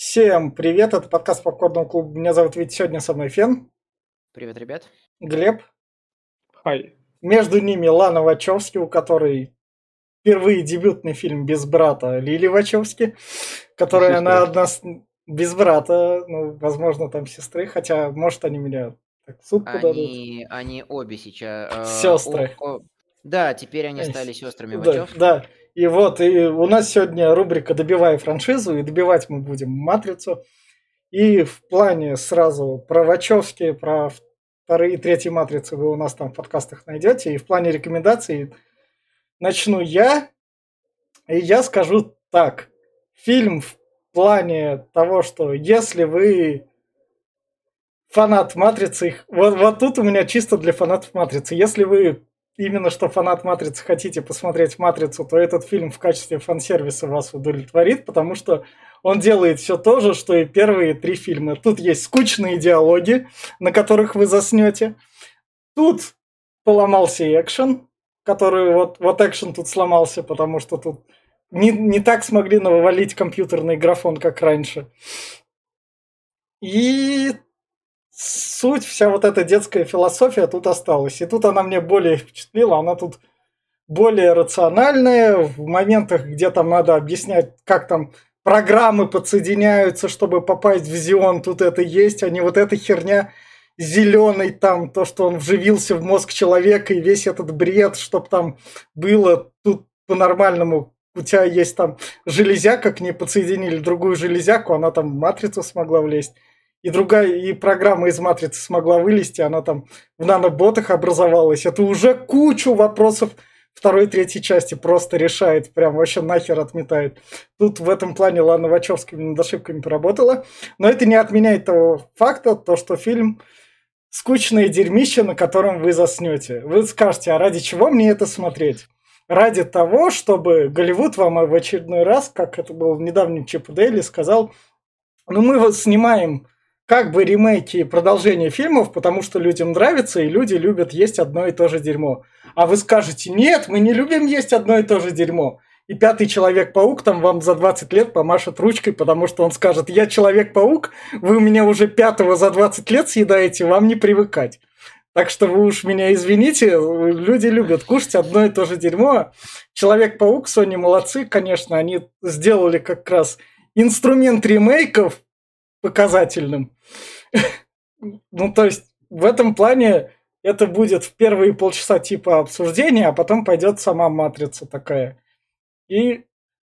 Всем привет, это подкаст Попкорного клуба. Меня зовут Витя, сегодня со мной Фен, Привет, ребят. Глеб. Хай. Между ними Лана Вачовски, у которой впервые дебютный фильм без брата Лили Вачовски, которая она одна без брата, возможно, там сестры, хотя, может, они меня так в суд подадут. Они обе сейчас... Сестры. Да, теперь они стали сестрами Вачовски. Да. И у нас сегодня рубрика «Добивай франшизу», и добивать мы будем «Матрицу». И в плане сразу про Вачовски, про вторые и третьи матрицы вы у нас там в подкастах найдете. И в плане рекомендаций начну я. И я скажу так. Фильм в плане того, что если вы фанат матрицы, вот тут у меня чисто для фанатов матрицы. Если вы именно что фанат матрицы хотите посмотреть матрицу, то этот фильм в качестве фан-сервиса вас удовлетворит, потому что он делает все то же, что и первые три фильма. Тут есть скучные диалоги, на которых вы заснете. Тут поломался экшен, который вот экшен тут сломался, потому что тут не так смогли навалить компьютерный графон, как раньше. И суть, вся вот эта детская философия тут осталась. И тут она мне более впечатлила, она тут более рациональная, в моментах, где там надо объяснять, как там программы подсоединяются, чтобы попасть в Зион, тут это есть, а не вот эта херня зеленый там, то, что он вживился в мозг человека, и весь этот бред, чтобы там было тут по-нормальному. У тебя есть там железяка, к ней подсоединили другую железяку, она там в матрицу смогла влезть. И программа из матрицы смогла вылезти, она там в наноботах образовалась. Это уже кучу вопросов второй и третьей части просто решает, прям вообще нахер отметает. Тут в этом плане Лана Вачовски над ошибками поработала. Но это не отменяет того факта, то, что фильм скучное дерьмище, на котором вы заснете. Вы скажете, а ради чего мне это смотреть? Ради того, чтобы Голливуд вам в очередной раз, как это было в недавнем Чип и Дейли, сказал, мы вот снимаем как бы ремейки и продолжение фильмов, потому что людям нравится, и люди любят есть одно и то же дерьмо. А вы скажете, нет, мы не любим есть одно и то же дерьмо. И пятый Человек-паук там вам за 20 лет помашет ручкой, потому что он скажет, я Человек-паук, вы у меня уже пятого за 20 лет съедаете, вам не привыкать. Так что вы уж меня извините, люди любят кушать одно и то же дерьмо. Человек-паук, Sony молодцы, конечно, они сделали как раз инструмент ремейков показательным. То есть в этом плане это будет в первые полчаса типа обсуждения, а потом пойдет сама матрица такая. И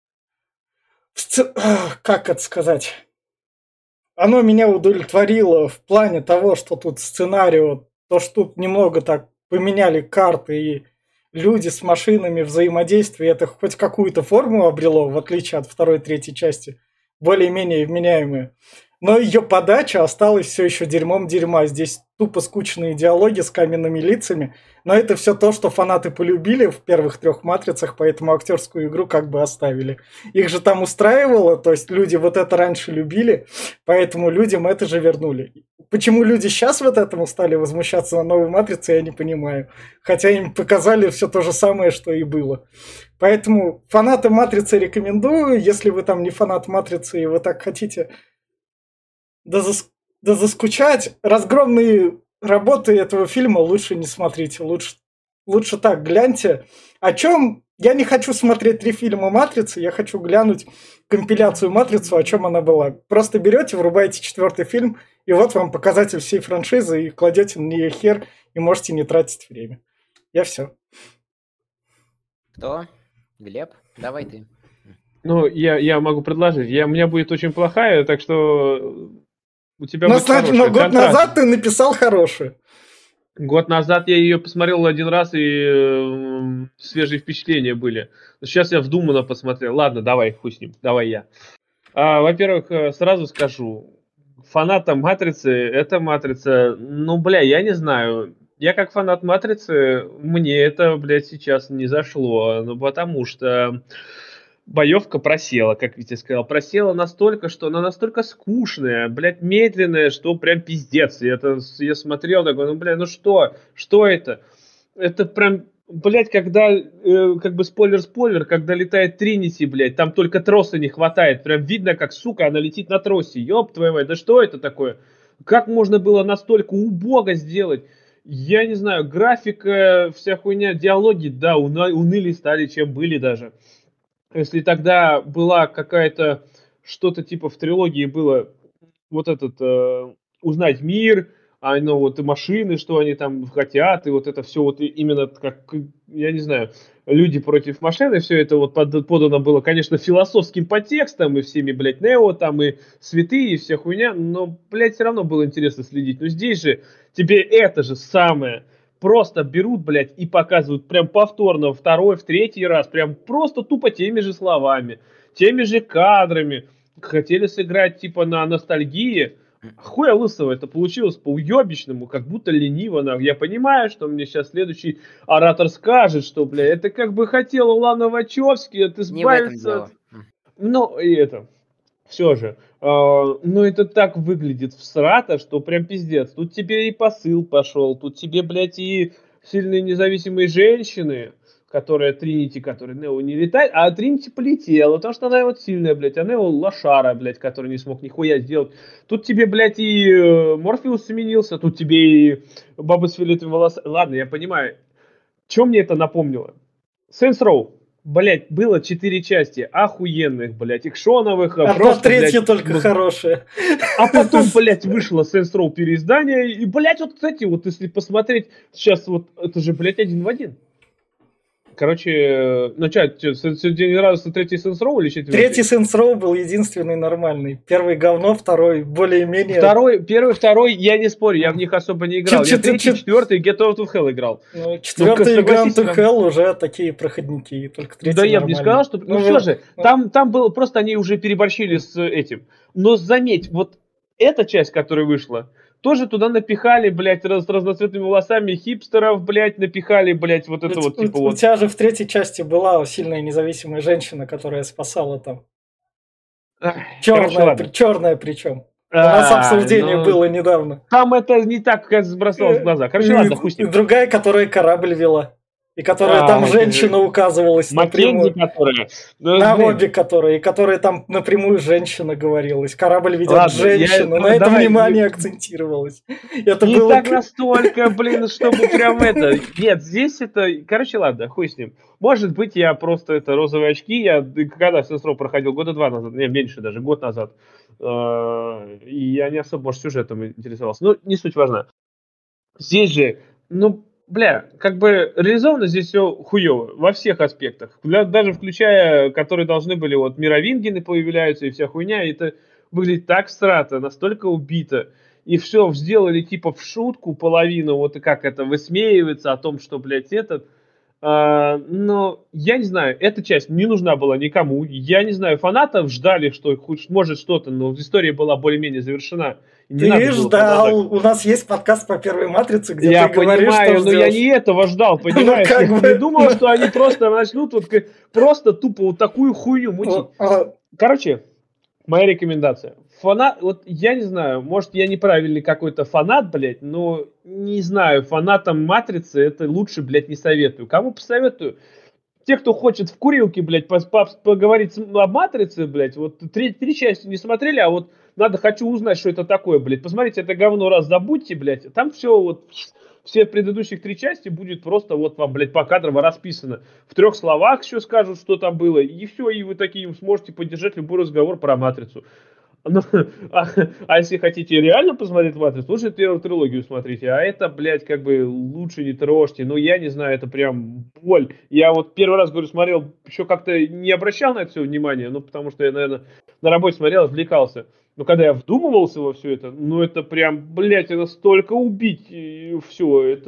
как это сказать? Оно меня удовлетворило в плане того, что тут сценарию, то, что тут немного так поменяли карты, и люди с машинами взаимодействие, это хоть какую-то форму обрело, в отличие от второй и третьей части, более-менее вменяемые. Но ее подача осталась все еще дерьмом дерьма. Здесь тупо скучные диалоги с каменными лицами. Но это все то, что фанаты полюбили в первых трех матрицах, поэтому актерскую игру как бы оставили. Их же там устраивало, то есть люди вот это раньше любили, поэтому людям это же вернули. Почему люди сейчас вот этому стали возмущаться на новой матрице, я не понимаю. Хотя им показали все то же самое, что и было. Поэтому фанаты матрицы рекомендую. Если вы там не фанат матрицы и вы так хотите заскучать, разгромные работы этого фильма лучше не смотрите. Лучше так гляньте. О чем? Я не хочу смотреть 3 фильма «Матрицы», я хочу глянуть компиляцию «Матрицу», о чем она была. Просто берете, врубаете 4-й фильм, и вот вам показатель всей франшизы, и кладете на нее хер, и можете не тратить время. Я все. Кто? Глеб? Давай ты. Я могу предложить. У меня будет очень плохая, так что у тебя но будет хорошая. Но год назад ты написал хорошую. Год назад я ее посмотрел один раз, и свежие впечатления были. Сейчас я вдуманно посмотрел. Ладно, давай, хуй с ним, давай я. Во-первых, сразу скажу, фанатам «Матрицы» эта «Матрица», я не знаю. Я как фанат «Матрицы», мне это, сейчас не зашло. Потому что боевка просела, как Витя сказал. Просела настолько, что она настолько скучная, медленная, что прям пиздец. Я смотрел, такой, что это? Это прям блядь, когда, как бы спойлер, когда летает Тринити, блядь, там только троса не хватает. Прям видно, как, сука, она летит на тросе. Ёб твою мать, да что это такое? Как можно было настолько убого сделать? Я не знаю, графика, вся хуйня, диалоги, да, уныли стали, чем были даже. Если тогда была какая-то, что-то типа в трилогии было, вот этот, узнать мир, ну вот и машины, что они там хотят, и вот это все вот именно как, я не знаю, люди против машины, все это вот подано было, конечно, философским подтекстом и всеми, блядь, Нео там и святые и вся хуйня, но, блядь, все равно было интересно следить. Но здесь же тебе это же самое просто берут, блядь, и показывают прям повторно, второй, в третий раз, прям просто тупо теми же словами, теми же кадрами. Хотели сыграть типа на ностальгии. Хуя лысого, это получилось по-уебищному, как будто лениво. Я понимаю, что мне сейчас следующий оратор скажет, что, бля, это как бы хотел Лана Вачовски от Не в этом избавиться дело. от... Ну, и это, все же. Ну, это так выглядит всрато, что прям пиздец. Тут тебе и посыл пошел, тут тебе, блядь, и сильные независимые женщины, которая Тринити, которая Нео не летает, а Тринити полетела, потому что она вот сильная, блядь, а Нео лошара, блядь, который не смог нихуя сделать. Тут тебе, блядь, и Морфеус сменился, тут тебе и баба с фиолетовыми волосами. Ладно, я понимаю. Чем мне это напомнило? Saints Row. Блять, было 4 части охуенных, блять, экшоновых, Одна третья только хорошая. А потом, блять, вышло Saints Row переиздание, и, блять, вот, кстати, вот если посмотреть, сейчас вот, это же, блять, один в один. Короче, ну что, не нравится третий Saints Row или четвертый? Третий Saints Row был единственный нормальный. Первый говно, второй более-менее... Первый, второй, я не спорю, я в них особо не играл. Я третий, четвертый Get Out of Hell играл. Ну, четвертый и Get Out of Hell уже такие проходники, только третий да, я бы не сказал, что... Ну, все же, там было, просто они уже переборщили с этим. Но заметь, вот эта часть, которая вышла, тоже туда напихали, блядь, с разноцветными волосами хипстеров, блядь, напихали, блядь, вот это вот, типа вот. У тебя же в третьей части была сильная независимая женщина, которая спасала там. Черная причем. У нас обсуждение было недавно. Там это не так, как бросалось в глаза. Короче, ладно, пусть. Другая, которая корабль вела. И которая там женщина указывалась напрямую. На обе которые. И которая там напрямую женщина говорилась. Корабль ведет женщину. На это внимание акцентировалось. Это не было... так настолько, блин, чтобы прям это... Нет, здесь это... Короче, ладно, хуй с ним. Может быть, я просто это розовые очки. Я когда Saints Row проходил 2 года назад, не, меньше даже, год назад. И я не особо, может, сюжетом интересовался. Ну, не суть важна. Здесь же, ну, бля, как бы реализовано здесь все хуево во всех аспектах. Даже включая, которые должны были, вот, мировингены появляются и вся хуйня, и это выглядит так всрато, настолько убито. И все сделали типа в шутку половину, вот и как это высмеивается о том, что, блядь, этот... но я не знаю, эта часть не нужна была никому. Я не знаю, фанатов ждали, что хоть может что-то, но история была более-менее завершена. Ты ждал. У нас есть подкаст по первой матрице, где я ты говоришь, понимаю, что но я не этого ждал, понимаешь? Я не думал, что они просто начнут вот просто тупо вот такую хуйню мутить. Короче, моя рекомендация. Фанат, вот я не знаю, может я неправильный какой-то фанат, блядь, но не знаю, фанатам Матрицы это лучше, блядь, не советую. Кому посоветую? Те, кто хочет в курилке, блядь, поговорить о Матрице, блядь, вот три части не смотрели, а вот хочу узнать, что это такое, блядь. Посмотрите, это говно раз забудьте, блядь. Там все вот, все предыдущих 3 части будет просто вот вам, блядь, покадрово расписано. В 3 словах еще скажут, что там было, и все, и вы такие сможете поддержать любой разговор про Матрицу. А если хотите реально посмотреть Матрицу, лучше первую трилогию смотрите. А это, блядь, как бы лучше не трожьте. Ну, я не знаю, это прям боль. Я вот первый раз, говорю, смотрел, еще как-то не обращал на это все внимание, ну, потому что я, наверное, на работе смотрел, отвлекался. Но когда я вдумывался во все это, ну, это прям, блядь, это столько убить, и все, это...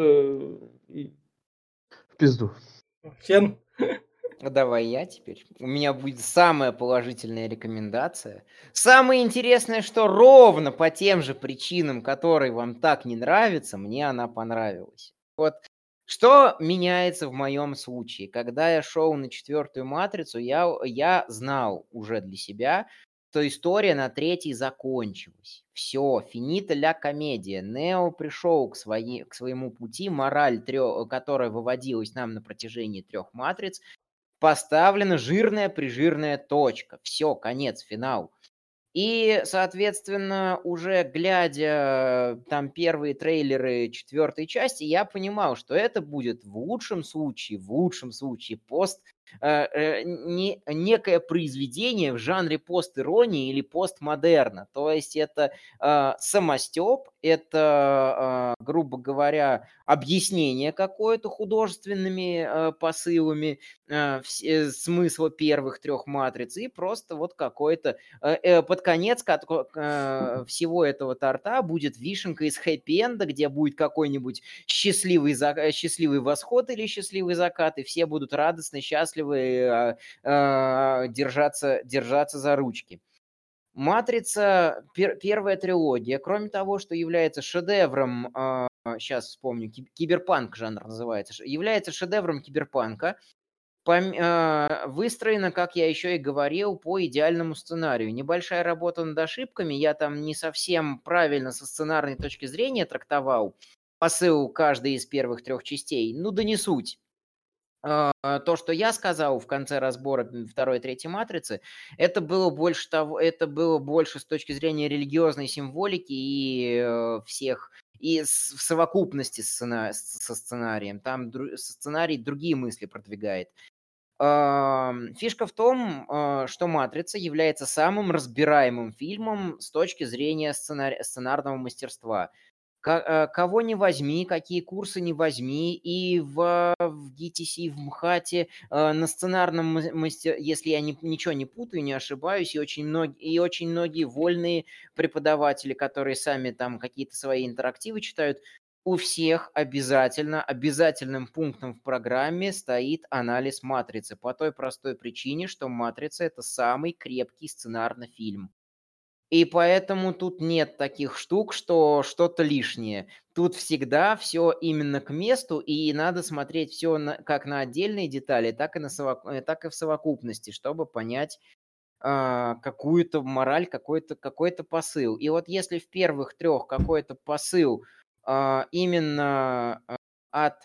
В пизду. Фен? Давай я теперь. У меня будет самая положительная рекомендация. Самое интересное, что ровно по тем же причинам, которые вам так не нравятся, мне она понравилась. Вот что меняется в моем случае? Когда я шел на 4-ю матрицу, я знал уже для себя, что история на третьей закончилась. Все, финита ля комедия. Нео пришел к своему пути, мораль, которая выводилась нам на протяжении 3 матриц, поставлена жирная-прижирная точка. Все, конец, финал. И, соответственно, уже глядя там первые трейлеры 4 части, я понимал, что это будет в лучшем случае, некое произведение в жанре постиронии или постмодерна. То есть это самостёб, это, грубо говоря, объяснение какое-то художественными посылами смысла первых 3 матриц и просто вот какой-то под конец всего этого торта будет вишенка из хэппи-энда, где будет какой-нибудь счастливый восход или счастливый закат, и все будут радостны, счастливы, держаться за ручки. «Матрица», первая трилогия, кроме того, что является шедевром, сейчас вспомню, киберпанк жанр называется, является шедевром киберпанка, выстроена, как я еще и говорил, по идеальному сценарию. Небольшая работа над ошибками, я там не совсем правильно со сценарной точки зрения трактовал посыл каждой из первых 3 частей, ну да не суть. То, что я сказал в конце разбора 2 и 3 «Матрицы», это было больше с точки зрения религиозной символики и всех, и в совокупности со сценарием. Там сценарий другие мысли продвигает. Фишка в том, что «Матрица» является самым разбираемым фильмом с точки зрения сценарного мастерства. Кого не возьми, какие курсы не возьми, и в ГИТИСе, и в МХАТе, на сценарном если я ничего не путаю, не ошибаюсь, и очень многие вольные преподаватели, которые сами там какие-то свои интерактивы читают, у всех обязательным пунктом в программе стоит анализ «Матрицы» по той простой причине, что «Матрица» — это самый крепкий сценарный фильм. И поэтому тут нет таких штук, что что-то лишнее. Тут всегда все именно к месту, и надо смотреть все как на отдельные детали, так и в совокупности, чтобы понять какую-то мораль, какой-то посыл. И вот если в первых 3 какой-то посыл именно от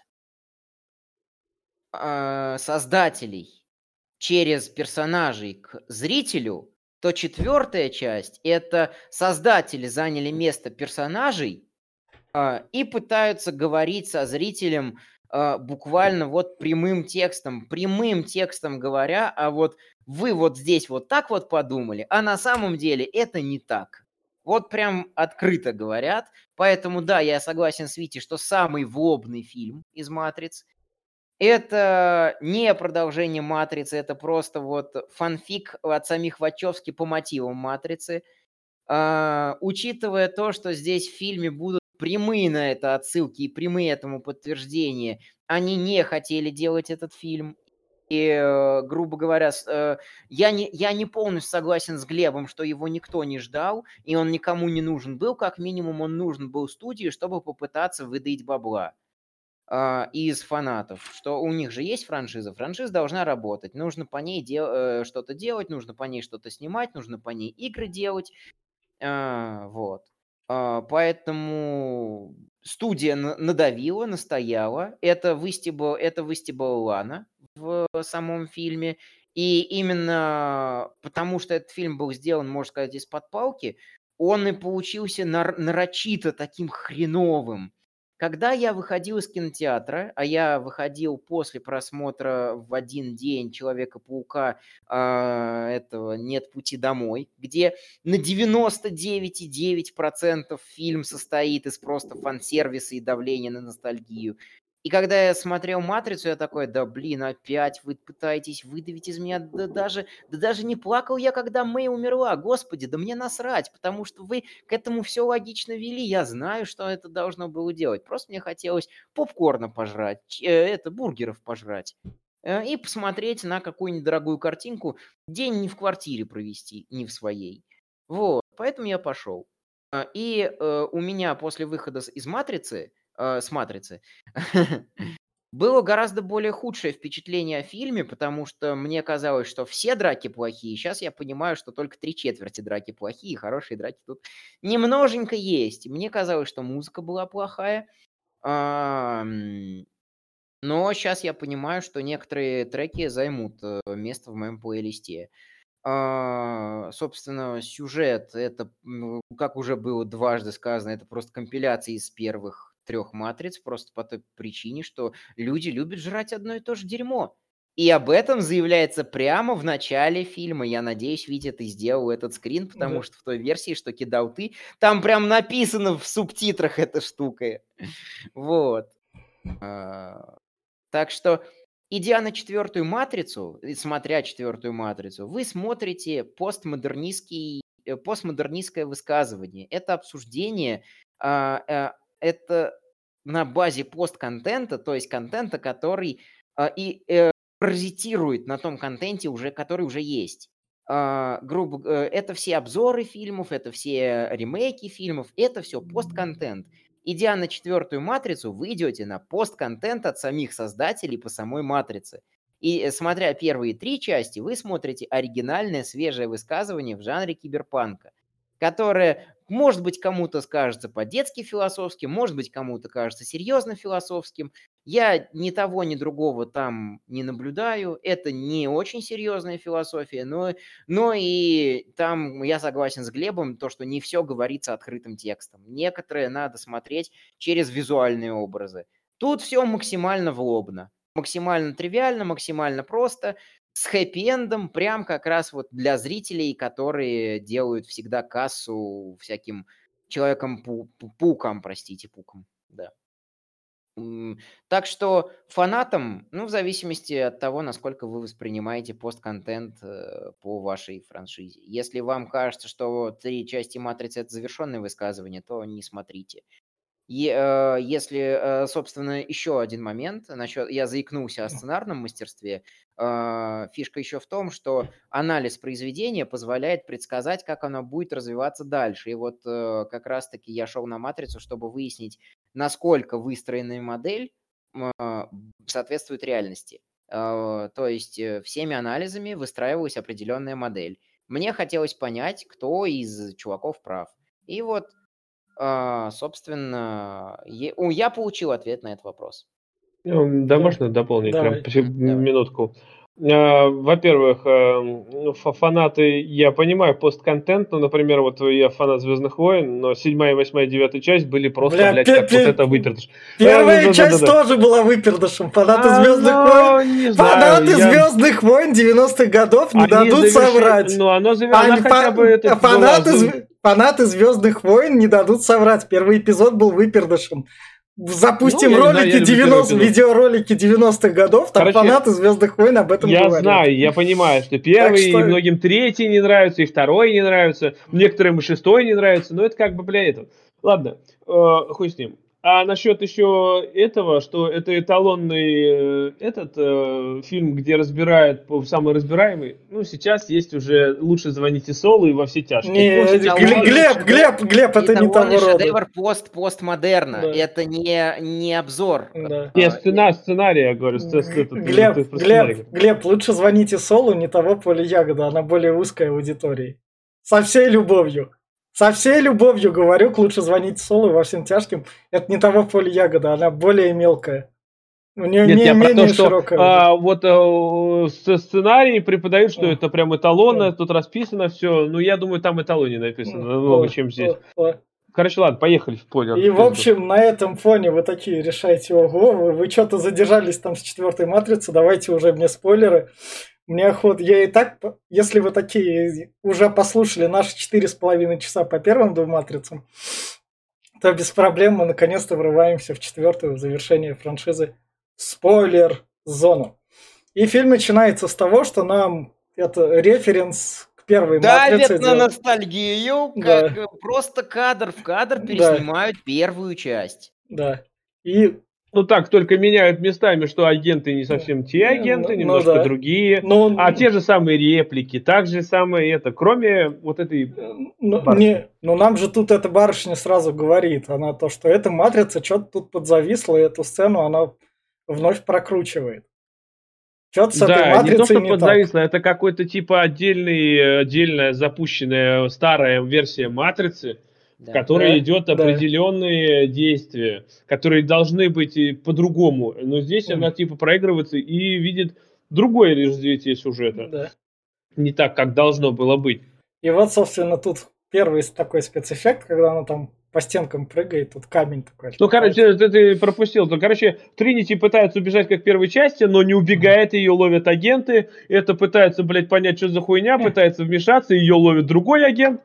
создателей через персонажей к зрителю, то 4 часть — это создатели заняли место персонажей и пытаются говорить со зрителем буквально вот прямым текстом говоря, а вот вы вот здесь вот так вот подумали, а на самом деле это не так. Вот прям открыто говорят. Поэтому да, я согласен с Витей, что самый влобный фильм из «Матриц». Это не продолжение «Матрицы», это просто вот фанфик от самих Вачовски по мотивам «Матрицы». Учитывая то, что здесь в фильме будут прямые на это отсылки и прямые этому подтверждения, они не хотели делать этот фильм. И, грубо говоря, я не полностью согласен с Глебом, что его никто не ждал, и он никому не нужен был. Как минимум, он нужен был студии, чтобы попытаться выдать бабла из фанатов, что у них же есть франшиза, франшиза должна работать, нужно по ней что-то делать, нужно по ней что-то снимать, нужно по ней игры делать, вот. Поэтому студия надавила, настояла, это выстебала Лана в самом фильме, и именно потому, что этот фильм был сделан, можно сказать, из-под палки, он и получился нарочито таким хреновым. Когда я выходил из кинотеатра, а я выходил после просмотра в один день «Человека-паука», этого «Нет пути домой», где на 99,9% фильм состоит из просто фан-сервиса и давления на ностальгию. И когда я смотрел «Матрицу», я такой: да блин, опять вы пытаетесь выдавить из меня, да даже не плакал я, когда Мэй умерла, господи, да мне насрать, потому что вы к этому все логично вели, я знаю, что это должно было делать, просто мне хотелось попкорна пожрать, бургеров пожрать и посмотреть на какую-нибудь дорогую картинку, день не в квартире провести, не в своей. Вот, поэтому я пошел. И у меня после выхода с «Матрицы», было гораздо более худшее впечатление о фильме, потому что мне казалось, что все драки плохие. Сейчас я понимаю, что только 3/4 драки плохие, хорошие драки тут немноженько есть. Мне казалось, что музыка была плохая. Но сейчас я понимаю, что некоторые треки займут место в моем плейлисте. Собственно, сюжет, это, как уже было дважды сказано, это просто компиляция из первых 3 матриц, просто по той причине, что люди любят жрать одно и то же дерьмо. И об этом заявляется прямо в начале фильма. Я надеюсь, Витя, ты сделал этот скрин, потому Да. что в той версии, что кидал ты, там прям написано в субтитрах эта штука. Вот. Так что, идя на 4 матрицу, и смотря 4 матрицу, вы смотрите постмодернистское высказывание. Это обсуждение, это на базе постконтента, то есть контента, который паразитирует на том контенте, который уже есть. Это все обзоры фильмов, это все ремейки фильмов, это все постконтент. Идя на 4 матрицу, вы идете на постконтент от самих создателей по самой матрице. И смотря первые 3 части, вы смотрите оригинальное, свежее высказывание в жанре киберпанка, которое, может быть, кому-то кажется по-детски философским, может быть, кому-то кажется серьезно философским. Я ни того, ни другого там не наблюдаю. Это не очень серьезная философия, но и там я согласен с Глебом, то, что не все говорится открытым текстом. Некоторые надо смотреть через визуальные образы. Тут все максимально влобно, максимально тривиально, максимально просто, с хэппи-эндом, прям как раз вот для зрителей, которые делают всегда кассу всяким Человеком-паукам, простите, пукам, да. Так что фанатам, в зависимости от того, насколько вы воспринимаете постконтент по вашей франшизе. Если вам кажется, что 3 части «Матрицы» — это завершенное высказывание, то не смотрите. Если, собственно, еще один момент насчет... Я заикнулся о сценарном мастерстве. Фишка еще в том, что анализ произведения позволяет предсказать, как оно будет развиваться дальше. И вот как раз-таки я шел на «Матрицу», чтобы выяснить, насколько выстроенная модель соответствует реальности. То есть всеми анализами выстраивалась определенная модель. Мне хотелось понять, кто из чуваков прав. И вот, собственно, я получил ответ на этот вопрос. Да, можно дополнить Давай. прям Давай. минутку. Во-первых, фанаты, я понимаю, постконтент, ну, например, вот я фанат «Звездных войн», но 7-я, 8-я, 9-я часть были просто, блядь, как вот это выпердыш. Первая часть тоже была выпердышем. Фанаты «Звездных войн», не фанаты знаю, «Звездных войн» 90-х годов не дадут соврать. Ну, она хотя бы это Фанаты «Звездных войн» не дадут соврать. Первый эпизод был выпердышем. Запустим видеоролики 90-х годов, там фанаты «Звездных войн» об этом говорят. Я знаю, я понимаю, что первый, и многим третий не нравится, и второй не нравится, некоторым и шестой не нравится, но это как бы, бля, это... Ладно, хуй с ним. А насчет еще этого, что это эталонный фильм, где разбирают самый разбираемый, сейчас есть уже «Лучше звоните Солу» и «Во все тяжкие». Глеб, это не того рода. Шедевр постмодерна, да. Это не обзор. Да. Сценарий, я говорю. Глеб, «Лучше звоните Солу» не того поля ягода, она более узкой аудитории. Со всей любовью. Со всей любовью говорю, «Лучше звонить Солу» «Во всем тяжким». Это не того поля ягода, она более мелкая. У нее менее широкая. Вот сценарии преподают, что это прям эталонно, тут расписано все. Ну, я думаю, там эталоне написано намного, чем здесь. Короче, ладно, поехали в спойлер. И, в общем, на этом фоне вы такие решаете, ого, вы что-то задержались там с 4-й матрицы, давайте уже мне спойлеры. Мне охота, я и так, если вы такие уже послушали наши 4,5 часа по первым 2 матрицам, то без проблем мы наконец-то врываемся в 4-ю, в завершение франшизы спойлер-зону. И фильм начинается с того, что нам это референс к первой матрице. Давит на ностальгию, как просто кадр в кадр переснимают первую часть. Да. И... Ну так, только меняют местами, что агенты не совсем те агенты, немножко другие, а те же самые реплики, так же самое это, кроме вот этой барышни. Но нам же тут эта барышня сразу говорит, она то, что эта матрица что-то тут подзависла, и эту сцену она вновь прокручивает. Что-то с этой Да, не то, матрицей что не так. подзависло, это какой-то типа отдельная запущенная старая версия матрицы, в Да. которой Да, идет да. определенные действия, которые должны быть и по-другому. Но здесь она типа проигрывается и видит другое развитие сюжета. Да. Не так, как должно было быть. И вот, собственно, тут первый такой спецэффект, когда она там по стенкам прыгает, тут камень такой. Ну, отлетает. короче, ты пропустил. То, короче, Тринити пытается убежать, как в первой части, но не убегает, ее ловят агенты. Это пытается, блядь, понять, что за хуйня, пытается вмешаться, ее ловит другой агент.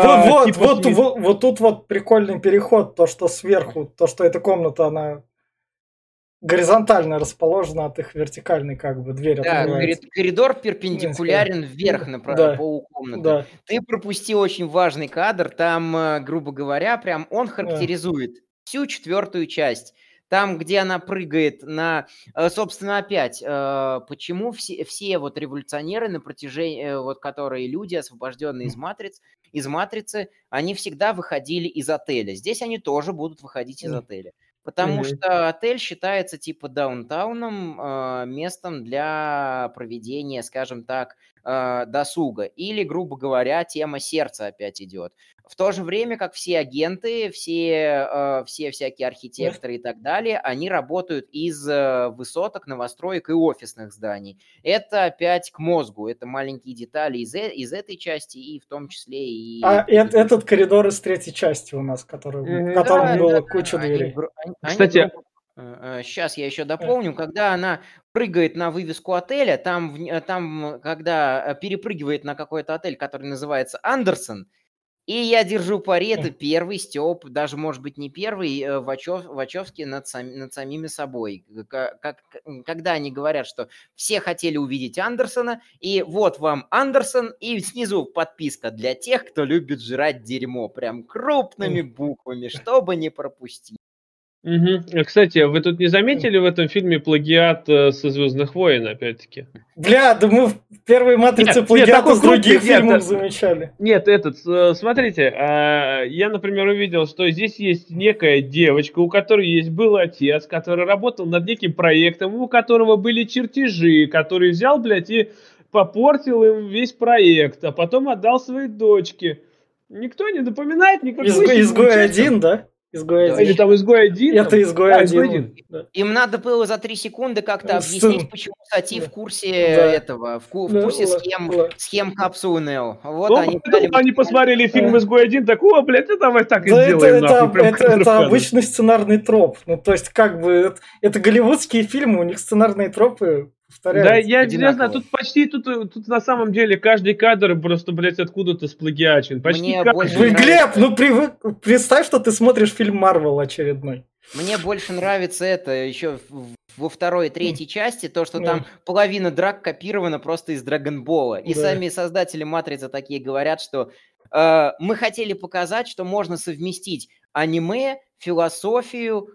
Вот тут вот прикольный переход, то, что сверху, то, что эта комната, она горизонтально расположена от их вертикальной, как бы, дверь Да, открывается. коридор перпендикулярен вверх на Да. полукомнаты. Да. Ты пропустил очень важный кадр, там, грубо говоря, прям он характеризует всю 4-ю часть. Там, где она прыгает на... Собственно, опять, почему все вот революционеры на протяжении... Вот которые люди, освобожденные из матрицы, они всегда выходили из отеля. Здесь они тоже будут выходить из отеля. Потому что отель считается типа даунтауном, местом для проведения, скажем так, досуга. Или, грубо говоря, тема сердца опять идет. В то же время, как все агенты, все всякие архитекторы и так далее, они работают из высоток, новостроек и офисных зданий. Это опять к мозгу. Это маленькие детали из этой части и в том числе и... этот коридор из 3-й части у нас, в котором было куча дверей. Кстати, сейчас я еще дополню, когда она прыгает на вывеску отеля, там когда перепрыгивает на какой-то отель, который называется Андерсон, и я держу пари, это первый стёб, даже, может быть, не первый, Вачовски над самими собой. Когда они говорят, что все хотели увидеть Андерсона, и вот вам Андерсон, и снизу подписка для тех, кто любит жрать дерьмо, прям крупными буквами, чтобы не пропустить. Кстати, вы тут не заметили в этом фильме плагиат со «Звездных войн», опять-таки? Бля, да мы в первой «Матрице» плагиат из других фильмов замечали. Нет, смотрите, я, например, увидел, что здесь есть некая девочка, у которой был отец, который работал над неким проектом, у которого были чертежи, который взял, блядь, и попортил им весь проект, а потом отдал своей дочке. Никто не напоминает никакой... «Изгой 1», да? «Изгой 1». Или там «Изгой 1». Это «Изгой 1». Да. Им надо было за 3 секунды как-то объяснить, почему Сати в курсе этого, в курсе схем капсулы Нео. Вот они посмотрели фильм «Изгой 1», так, блядь, давай так и сделаем. Это обычный сценарный троп. Ну, то есть, как бы, это голливудские фильмы, у них сценарные тропы повторяются. Да, я не знаю, тут на самом деле каждый кадр просто, блядь, откуда-то сплагиачен. Почти каждый. Глеб, ну представь, что ты смотришь фильм Марвел очередной. Мне больше нравится это еще во 2-й и 3-й части, то, что там половина драк копирована просто из Драгонбола. И сами создатели «Матрицы» такие говорят, что мы хотели показать, что можно совместить аниме, философию,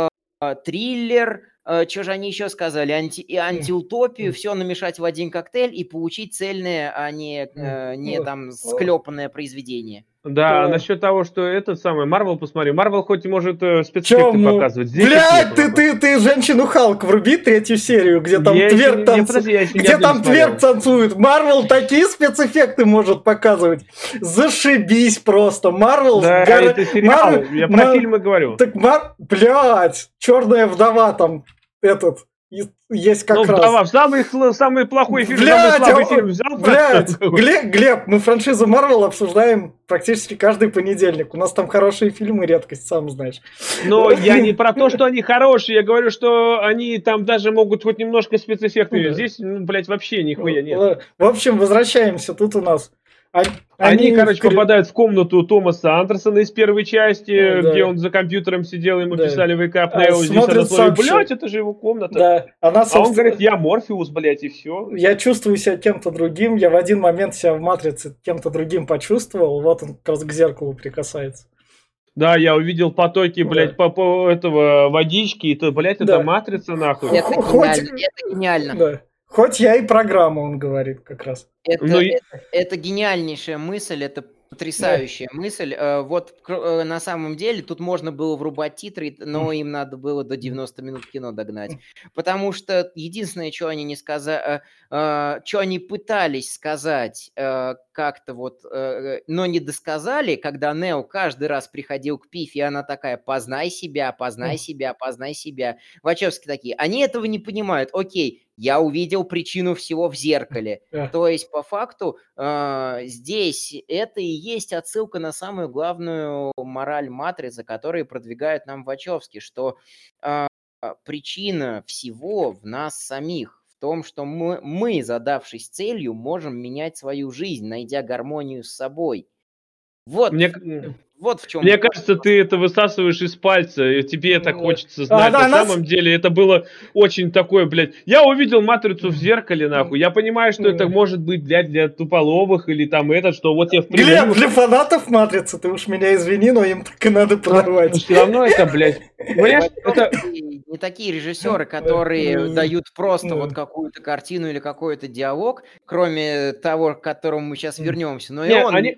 триллер, что же они еще сказали, антиутопию, все намешать в один коктейль и получить цельное, а не там склепанное произведение. Да, насчет того, что этот самый Марвел, посмотри. Марвел хоть и может спецэффекты показывать. Здесь блядь, ты женщину Халк вруби 3-ю серию, где там тверк танцует. Где там тверк танцует. Марвел такие спецэффекты может показывать. Зашибись просто. Марвел... Да, это сериал. Я про фильмы говорю. Так, блядь, «Черная вдова» там этот... Есть как раз. Вдова, самый плохой фильм, самый слабый фильм взял. Блядь, Глеб, мы франшизу Марвел обсуждаем практически каждый понедельник. У нас там хорошие фильмы, редкость, сам знаешь. Но я не про то, что они хорошие, я говорю, что они там даже могут хоть немножко спецэффекты. Здесь, блядь, вообще нихуя нет. В общем, возвращаемся. Тут у нас... Они, короче, попадают в комнату Томаса Андерсона из первой части, где он за компьютером сидел, ему писали «Wake up now». Здесь она смотрит, блядь, это же его комната. Да. Он говорит, я Морфеус, блядь, и все. Я чувствую себя кем-то другим. Я в один момент себя в «Матрице» кем-то другим почувствовал. Вот он как раз к зеркалу прикасается. Да, я увидел потоки, блядь, по этого водички, и то, блядь, это «Матрица», нахуй. Это гениально. Да. Хоть я и программа, он говорит как раз. Это гениальнейшая мысль, это Потрясающая мысль. Вот на самом деле тут можно было врубать титры, но им надо было до 90 минут кино догнать. Потому что единственное, что они не сказали, что они пытались сказать как-то вот, но не досказали, когда Нео каждый раз приходил к Пиф, и она такая: познай себя, познай себя, познай себя. Вачовски такие, они этого не понимают. Окей, я увидел причину всего в зеркале. То есть, по факту, здесь это и есть отсылка на самую главную мораль Матрицы, которую продвигают нам Вачовски, что причина всего в нас самих, в том, что мы, задавшись целью, можем менять свою жизнь, найдя гармонию с собой. Вот. Вот в чем. Мне кажется, ты это высасываешь из пальца, и тебе это хочется знать. На самом деле это было очень такое, блядь. Я увидел Матрицу в зеркале, нахуй. Я понимаю, что это может быть, блядь, для туполовых или там что вот я в Глеб, для фанатов Матрицы, ты уж меня извини, но им так и надо прорвать. Все равно это, блядь. Не такие режиссеры, которые дают просто вот какую-то картину или какой-то диалог, кроме того, к которому мы сейчас вернемся. Но и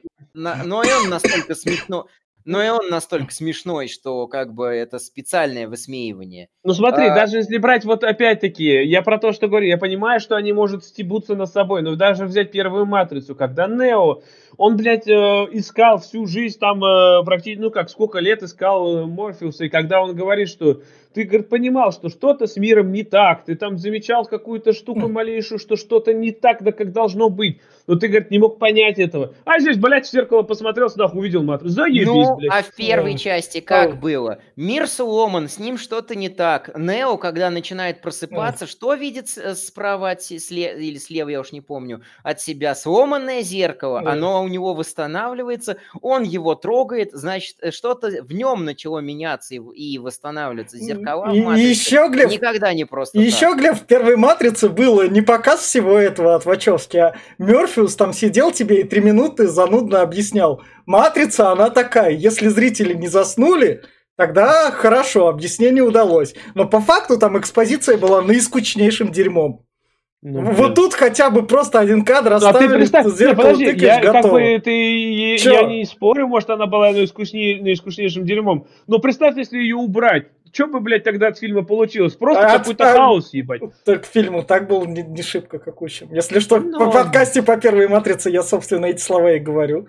он настолько смешно. Но и он настолько смешной, что как бы это специальное высмеивание. Ну смотри, даже если брать вот опять-таки, я про то, что говорю, я понимаю, что они, может, стебутся над собой, но даже взять первую Матрицу, когда Нео, он, блядь, искал всю жизнь там практически, сколько лет искал Морфеуса, и когда он говорит, что ты, говорит, понимал, что что-то с миром не так, ты там замечал какую-то штуку малейшую, что что-то не так, да как должно быть, но ты, говорит, не мог понять этого. А здесь, блядь, в зеркало посмотрел, нахуй увидел Матрицу, заебись, блядь. А в первой части как было? Мир сломан, с ним что-то не так. Нео, когда начинает просыпаться, что видит справа или слева, я уж не помню, от себя? Сломанное зеркало, оно у него восстанавливается, он его трогает, значит, что-то в нем начало меняться и восстанавливаться. Зеркала в Матрице никогда не просто так. Еще, Глеб, в первой Матрице было не показ всего этого от Вачовски, а Мёрфиус там сидел тебе и 3 минуты занудно объяснял. Матрица, она такая, если зрители не заснули, тогда хорошо, объяснение удалось. Но по факту там экспозиция была наискучнейшим дерьмом. Вот тут хотя бы просто один кадр оставили, зеркало тыкаешь, готово. Я не спорю, может, она была наискучнейшим дерьмом, но представь, если ее убрать. Что бы, блядь, тогда от фильма получилось? Просто какой-то хаос, ебать. Так фильму так был не шибко какущим. Если что, по подкасте по первой Матрице я, собственно, эти слова и говорю.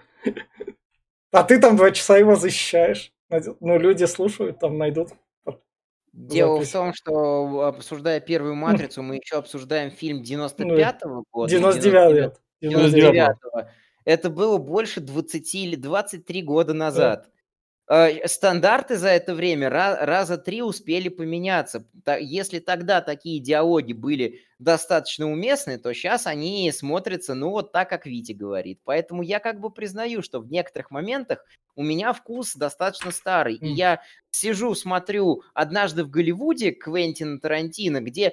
А ты там 2 часа его защищаешь. Ну, люди слушают, там найдут. Дело в том, что, обсуждая первую Матрицу, мы еще обсуждаем фильм 95-го года. 99-го. Это было больше 20 или 23 года назад. Стандарты за это время раза 3 успели поменяться. Если тогда такие диалоги были достаточно уместны, то сейчас они смотрятся, ну, вот так, как Витя говорит. Поэтому я как бы признаю, что в некоторых моментах у меня вкус достаточно старый. И я сижу, смотрю «Однажды в Голливуде» Квентина Тарантино, где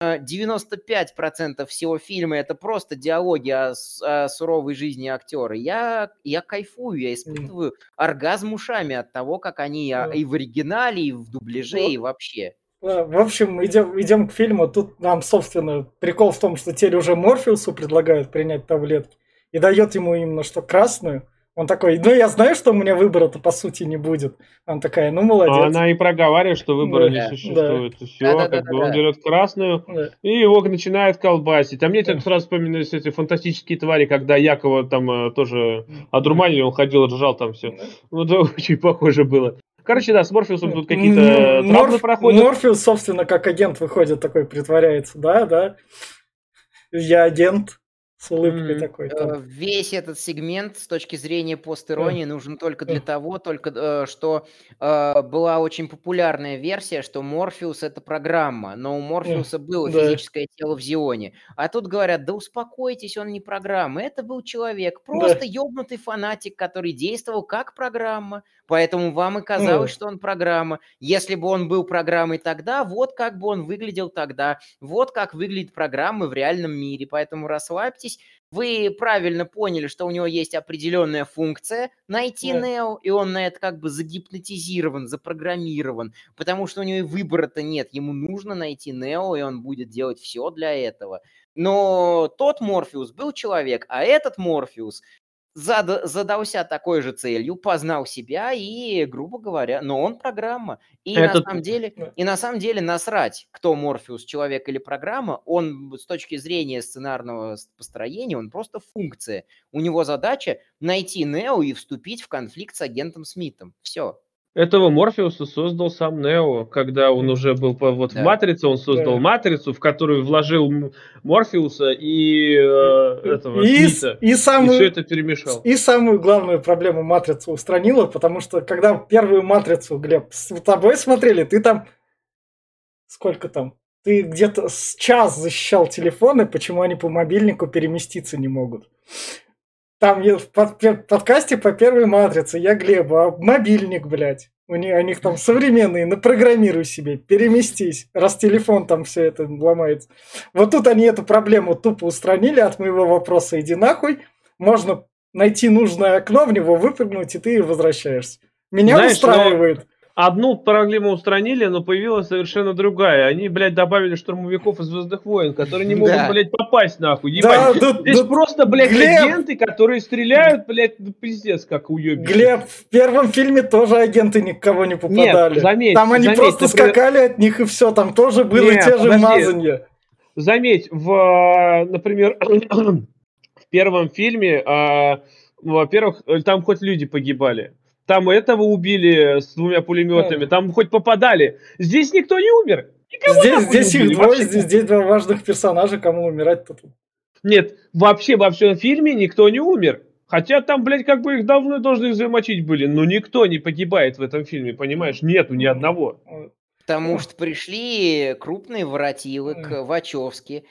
95% всего фильма это просто диалоги о суровой жизни актера. Я кайфую, я испытываю оргазм ушами от того, как они и в оригинале, и в дубляже, и вообще. В общем, идем к фильму. Тут нам, собственно, прикол в том, что теперь уже Морфеусу предлагают принять таблетки. И дает ему именно что красную. Он такой, ну я знаю, что у меня выбора-то по сути не будет. Она такая, ну молодец. А она и проговаривает, что выбора не существует. Да. Все, он берет красную, и его начинает колбасить. А мне тут сразу вспоминались эти фантастические твари, когда Якова там тоже одурманили, он ходил, ржал там все. Ну да, очень похоже было. Короче, да, с Морфеусом тут какие-то травмы проходят. Морфеус, собственно, как агент выходит такой, притворяется, да. Я агент. С улыбкой такой. Весь этот сегмент с точки зрения пост-иронии нужен только для того, что была очень популярная версия, что Морфеус — это программа, но у Морфеуса было физическое тело в Зионе. А тут говорят, да успокойтесь, он не программа, это был человек, просто ёбнутый фанатик, который действовал как программа, поэтому вам и казалось, что он программа. Если бы он был программой тогда, вот как бы он выглядел тогда, вот как выглядит программа в реальном мире, поэтому расслабьтесь. Вы правильно поняли, что у него есть определенная функция найти Нео, и он на это как бы загипнотизирован, запрограммирован, потому что у него и выбора-то нет. Ему нужно найти Нео, и он будет делать все для этого. Но тот Морфеус был человек, а этот Морфеус задался такой же целью, познал себя и, грубо говоря, но он программа. И на Этот- самом деле насрать, кто Морфеус, человек или программа, он с точки зрения сценарного построения, он просто функция. У него задача найти Нео и вступить в конфликт с агентом Смитом. Все. Этого Морфеуса создал сам Нео, когда он уже был в Да. Матрице, он создал Да. Матрицу, в которую вложил Морфеуса и этого Смита. И И все самую, это перемешал. и самую главную проблему Матрица устранила, потому что когда первую Матрицу, Глеб, с тобой смотрели, ты там... Сколько там? Ты где-то с час защищал телефоны, почему они по мобильнику переместиться не могут. Там в подкасте по первой Матрице я Глебу, а мобильник, блядь. У них там современные, напрограммируй себе, переместись, раз телефон там все это ломается. Вот тут они эту проблему тупо устранили от моего вопроса, иди нахуй. Можно найти нужное окно, в него выпрыгнуть, и ты возвращаешься. Меня Знаешь, устраивает. Одну проблему устранили, но появилась совершенно другая. Они, блядь, добавили штурмовиков из «Звездных войн», которые не могут, Да. блядь, попасть нахуй. Да, Ебать. Здесь просто, блядь, Глеб! агенты, которые стреляют, блядь, ну, пиздец, как уебища. Глеб, в первом фильме тоже агенты никого не попадали. Нет, заметь, там они просто например- скакали от них, и все. Там тоже было Нет, те же подожди. мазанья. Заметь, например, в первом фильме, во-первых, там хоть люди погибали. Там этого убили с 2 пулеметами, там хоть попадали. Здесь никто не умер. Никого нахуй не Здесь их убили, двое, вообще здесь два важных персонажа, кому умирать-то тут. Нет, вообще во всем фильме никто не умер. Хотя там, блядь, как бы их давно должны замочить были. Но никто не погибает в этом фильме, понимаешь? Нету ни одного. Потому что пришли крупные воротилы к Вачовски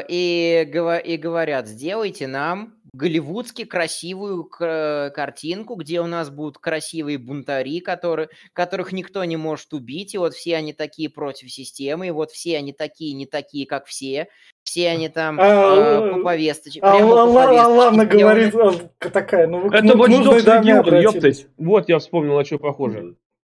и говорят, сделайте нам голливудски красивую картинку, где у нас будут красивые бунтари, которых никто не может убить, и вот все они такие против системы, и вот все они такие, не такие, как все. Все они там по повесточке. Алана говорит такая, ну вы Это к Watch нужной Dogs даме Legion, обратились. ёптать. Вот я вспомнил, на что похоже.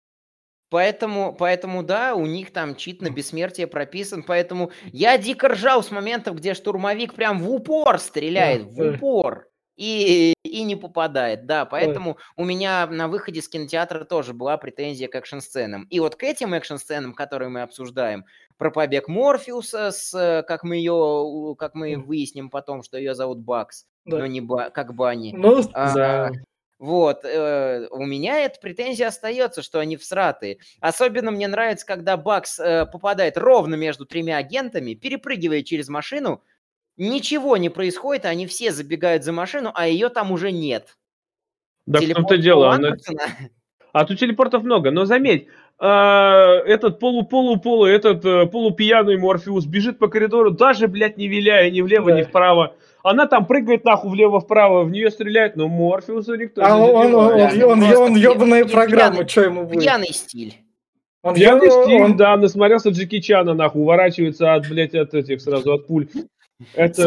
Поэтому, да, у них там чит на бессмертие прописан, поэтому я дико ржал с моментов, где штурмовик прям в упор стреляет, в упор, и не попадает, да, поэтому у меня на выходе с кинотеатра тоже была претензия к экшн-сценам. И вот к этим экшн-сценам, которые мы обсуждаем, про побег Морфеуса, как мы выясним потом, что ее зовут Бакс, но не как Банни. Ну, Да. Вот, у меня эта претензия остается, что они всратые. Особенно мне нравится, когда Бакс попадает ровно между 3 агентами, перепрыгивает через машину, ничего не происходит, они все забегают за машину, а ее там уже нет. Да, в том-то дело. А тут телепортов много. Но заметь, этот полупьяный Морфеус бежит по коридору, даже, блядь, не виляя ни влево, ни вправо. Она там прыгает нахуй влево-вправо, в нее стреляет, но Морфеуса никто не задевает. Он ебаная программа, что ему будет? Пьяный стиль. Пьяный стиль, да, насмотрелся Джеки Чана, нахуй, уворачивается от, блядь, от пуль. Это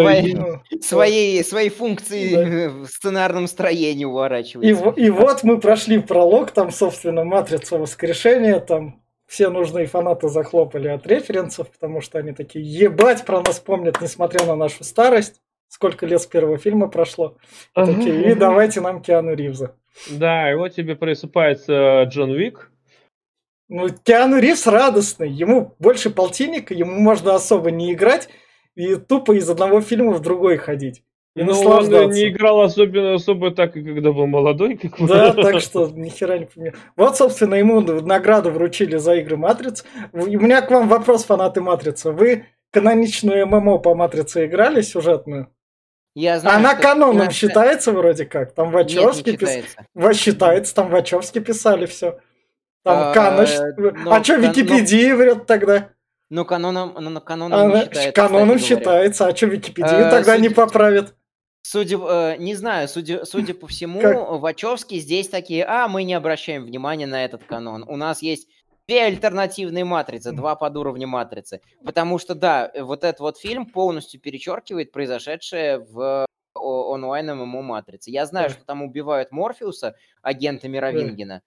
своей функции в сценарном строении уворачивается. И вот мы прошли пролог, там, собственно, матрица воскрешения, там все нужные фанаты захлопали от референсов, потому что они такие, ебать, про нас помнят, несмотря на нашу старость. Сколько лет с первого фильма прошло. Такие, и давайте нам Киану Ривза. Да, и вот тебе просыпается Джон Уик. Ну, Киану Ривз радостный, ему больше полтинника, ему можно особо не играть и тупо из одного фильма в другой ходить. И наслаждаться. Он не играл особо так, когда был молодой. Да, так что нихера не поменял. Вот, собственно, ему награду вручили за игры Матриц. У меня к вам вопрос, фанаты Матрицы. Вы каноничную ММО по Матрице играли, сюжетную? Я знаю, она каноном считается вроде как? Там Вачовски считается, там Вачовски писали все. Там канон. А что Википедия врет тогда? Ну, каноном не считается. Каноном считается, а что Википедию тогда не поправит? Не знаю, судя по всему, Вачовски здесь такие, мы не обращаем внимания на этот канон. У нас есть 2 альтернативные матрицы, 2 подуровня матрицы. Потому что, да, вот этот вот фильм полностью перечеркивает произошедшее в онлайн ММО матрице. Я знаю, что там убивают Морфеуса, агента Мировингена,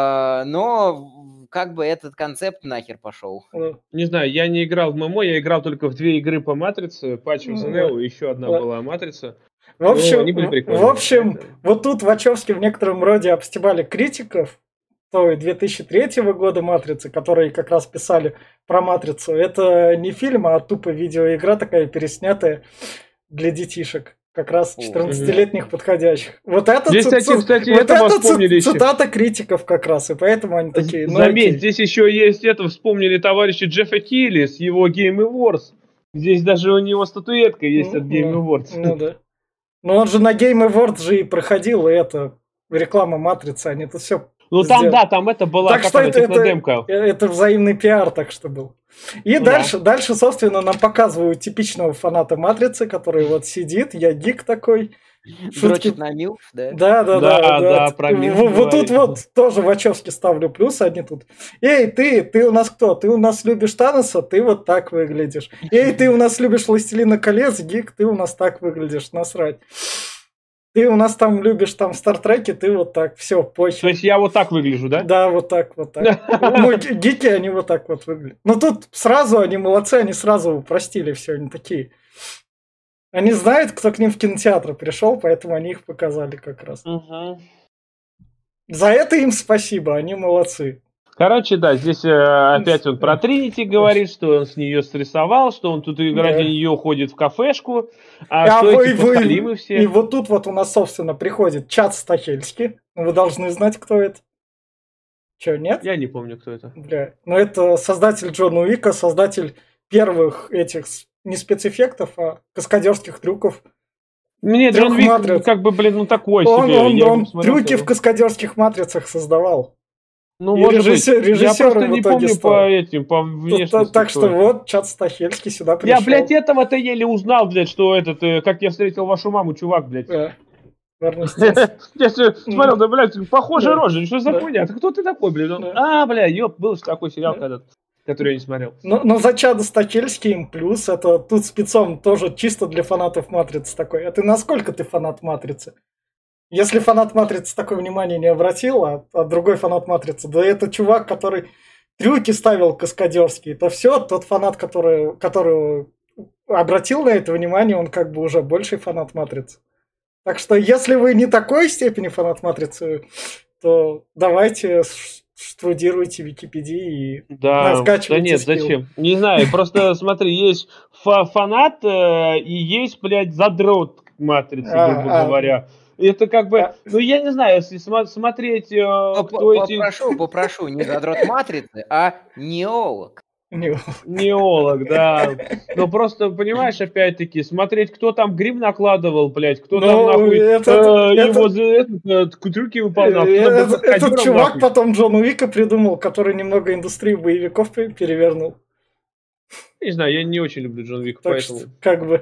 но как бы этот концепт нахер пошел. Не знаю, я не играл в ММО, я играл только в 2 игры по матрице, Patch of the Neo, еще одна была матрица. В общем, они были прикольные. вот тут Вачовски в некотором роде обстебали критиков той 2003 года «Матрицы», которые как раз писали про «Матрицу». Это не фильм, а тупо видеоигра такая переснятая для детишек. Как раз 14-летних подходящих. Вот это, здесь, кстати, вот это вспомнили цитата критиков как раз, и поэтому они такие... Заметь, здесь еще есть это, вспомнили товарища Джеффа Килли с его Game Awards. Здесь даже у него статуэтка есть от Game Awards. Ну да. Но он же на Game Awards же и проходил, и это реклама «Матрицы», они тут все... Ну там, сделали. Да, там это была так что это взаимный пиар, так что был. И дальше, собственно, нам показывают типичного фаната «Матрицы», который вот сидит, я гик такой. Дрочит на милф, да? Да. Про милф вот тут вот тоже Вачовски ставлю плюс, они тут. Эй, ты у нас кто? Ты у нас любишь Таноса, ты вот так выглядишь. Эй, ты у нас любишь «Властелина колец», гик, ты у нас так выглядишь, насрать. Ты у нас там любишь там Стартреки, ты вот так, все, похер. То есть я вот так выгляжу, да? Да, вот так. Ну, гики, они вот так вот выглядят. Но тут сразу они молодцы, они сразу упростили все, они такие. Они знают, кто к ним в кинотеатр пришел, поэтому они их показали как раз. За это им спасибо, они молодцы. Короче, да, здесь опять он про Тринити говорит, что он с нее стрессовал, что он тут ради нее ходит в кафешку, что эти подхалимы все. И вот тут вот у нас, собственно, приходит Чад Стахельский. Вы должны знать, кто это. Че, нет? Я не помню, кто это. Бля, ну это создатель Джона Уика, создатель первых этих не спецэффектов, а каскадерских трюков. Мне Джон Уик как бы, блин, ну такой себе. Он трюки в каскадерских матрицах создавал. Ну, может быть, я просто не помню стал. по внешности. Так что вот, Чад Стахельский сюда пришел. Я, блядь, этого-то еле узнал, блядь, что этот, как я встретил вашу маму, чувак, блядь. Я смотрел, да, блядь, похожая рожа, что за хуйня? Кто ты такой, блядь? Бля, ёп, был же такой сериал когда-то, который я не смотрел. Но за Чада Стахельский им плюс, это тут спецом тоже чисто для фанатов Матрицы такой. А ты насколько ты фанат Матрицы? Если фанат Матрицы такое внимание не обратил, а другой фанат Матрицы, да это чувак, который трюки ставил каскадерские, то все, тот фанат, который обратил на это внимание, он как бы уже больший фанат Матрицы. Так что если вы не такой степени фанат Матрицы, то давайте штудируйте Википедии и скачивайте. Да нет, зачем? Не знаю, просто смотри, есть фанат и есть, блядь, задрот Матрицы, грубо говоря. Это как бы, ну я не знаю, если смотреть, Попрошу, не задрот Матрицы, а неолог. Неолог, да. Но просто, понимаешь, опять-таки, смотреть, кто там грим накладывал, блядь, кто там нахуй его трюки выполнял. Этот чувак потом Джон Уика придумал, который немного индустрию боевиков перевернул. Не знаю, я не очень люблю Джон Уика, поэтому... Как бы...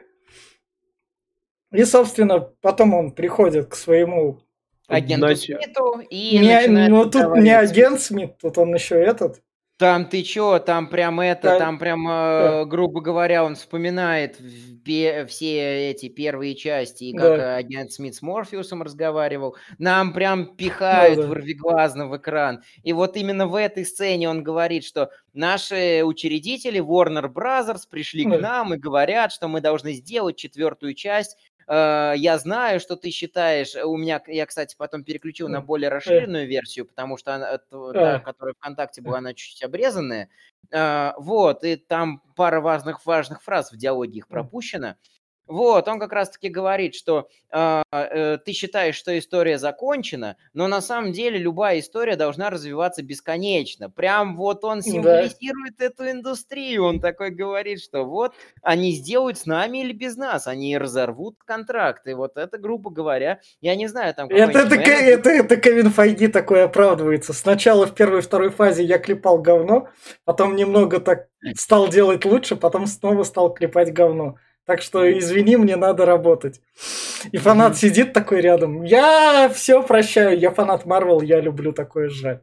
И, собственно, потом он приходит к своему агенту Смиту и начинает... Ну, тут не агент Смит, тут он еще этот. Там ты чё, там прям грубо говоря, он вспоминает все эти первые части, и как агент Смит с Морфеусом разговаривал. Нам прям пихают вырвиглазно в экран. И вот именно в этой сцене он говорит, что наши учредители Warner Brothers пришли к нам и говорят, что мы должны сделать 4-ю часть. Я знаю, что ты считаешь, я, кстати, потом переключил на более расширенную версию, потому что та, которая ВКонтакте была, она чуть-чуть обрезанная. Вот, и там пара важных фраз в диалоге их пропущено. Вот, он как раз-таки говорит, что ты считаешь, что история закончена, но на самом деле любая история должна развиваться бесконечно. Прям вот он символизирует эту индустрию. Он такой говорит, что вот они сделают с нами или без нас, они разорвут контракт. И вот это, грубо говоря, я не знаю, там... Это Кевин Файги такой оправдывается. Сначала в первой и второй фазе я клепал говно, потом немного так стал делать лучше, потом снова стал клепать говно. Так что, извини, мне надо работать. И фанат сидит такой рядом. Я все прощаю, я фанат Марвел, я люблю такое, жаль.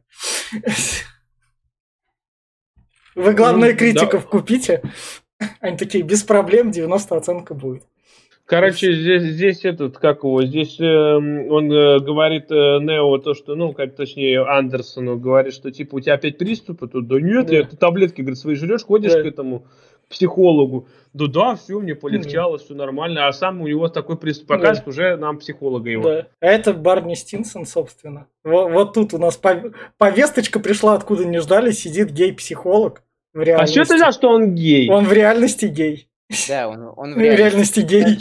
Вы, главное, критиков купите. Они такие, без проблем, 90 оценка будет. Короче, здесь он говорит Нео то, что, точнее, Андерсону говорит, что, типа, у тебя опять приступы тут? Да нет, ты таблетки, говорит, свои жрешь, ходишь к этому, психологу. Да, все, мне полегчало, все нормально. А сам у него такой приступ показывает, уже нам психолога его. Да. А это Барни Стинсон, собственно. Вот тут у нас повесточка пришла, откуда не ждали, сидит гей-психолог в А реальности. что ты знаешь, что он гей? Он в реальности гей. Да, он В реальности гей.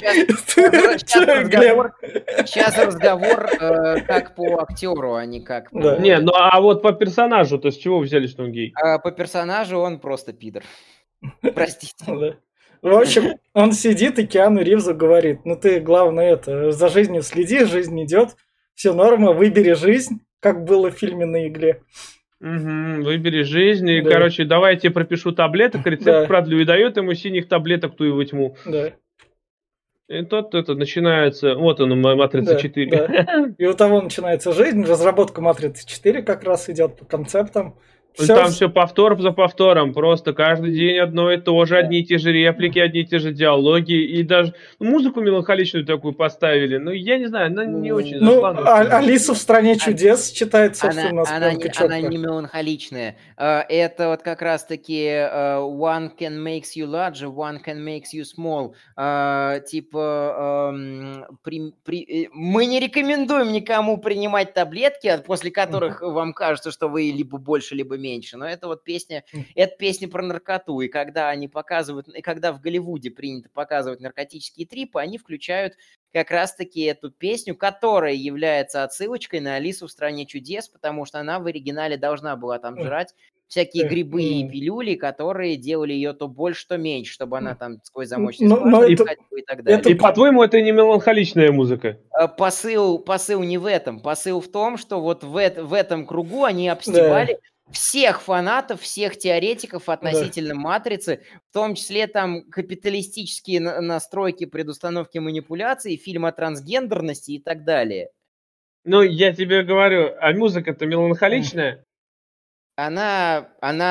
Сейчас разговор как по актеру, а не как по... Да. Не, ну а вот по персонажу, то с чего взяли, что он гей? По персонажу он просто пидор. Простите. Да. В общем, он сидит и Киану Ривзу говорит: ну ты, главное, это, за жизнью следи, жизнь идет, все норма, выбери жизнь, как было в фильме «На игле». Угу, выбери жизнь. И, Да. короче, давай я тебе пропишу таблеток, рецепт Да. продлю. И дает ему синих таблеток ту его тьму. Да. И тот это начинается. Вот он, матрица Да, 4. да. И у того начинается жизнь, разработка матрицы 4 как раз идет по концептам. Там все повтор за повтором, просто каждый день одно и то же, одни и те же реплики, одни и те же диалоги, и даже музыку меланхоличную такую поставили. Ну, я не знаю, она не очень зашла. Алису в стране чудес читает, собственно, она не меланхоличная. Это вот как раз-таки one can makes you larger, one can makes you small. Типа мы не рекомендуем никому принимать таблетки, после которых вам кажется, что вы либо больше, либо меньше. Но это вот песня про наркоту. И когда они показывают, и когда в Голливуде принято показывать наркотические трипы, они включают как раз-таки эту песню, которая является отсылочкой на Алису в стране чудес, потому что она в оригинале должна была там жрать всякие грибы и пилюли, которые делали ее то больше, то меньше, чтобы она там сквозь замочный скважину и так далее. И, по-твоему, это не меланхоличная музыка? Посыл не в этом. Посыл в том, что вот в этом кругу они обстебали всех фанатов, всех теоретиков относительно матрицы, в том числе там капиталистические настройки предустановки манипуляций, фильм о трансгендерности и так далее. Ну, я тебе говорю, а музыка-то меланхоличная? Она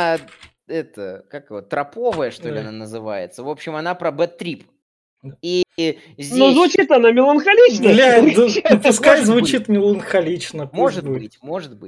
троповая, что ли, она называется. В общем, она про бэд-трип. И здесь... Ну, звучит она меланхолично. Пускай звучит меланхолично. Может быть.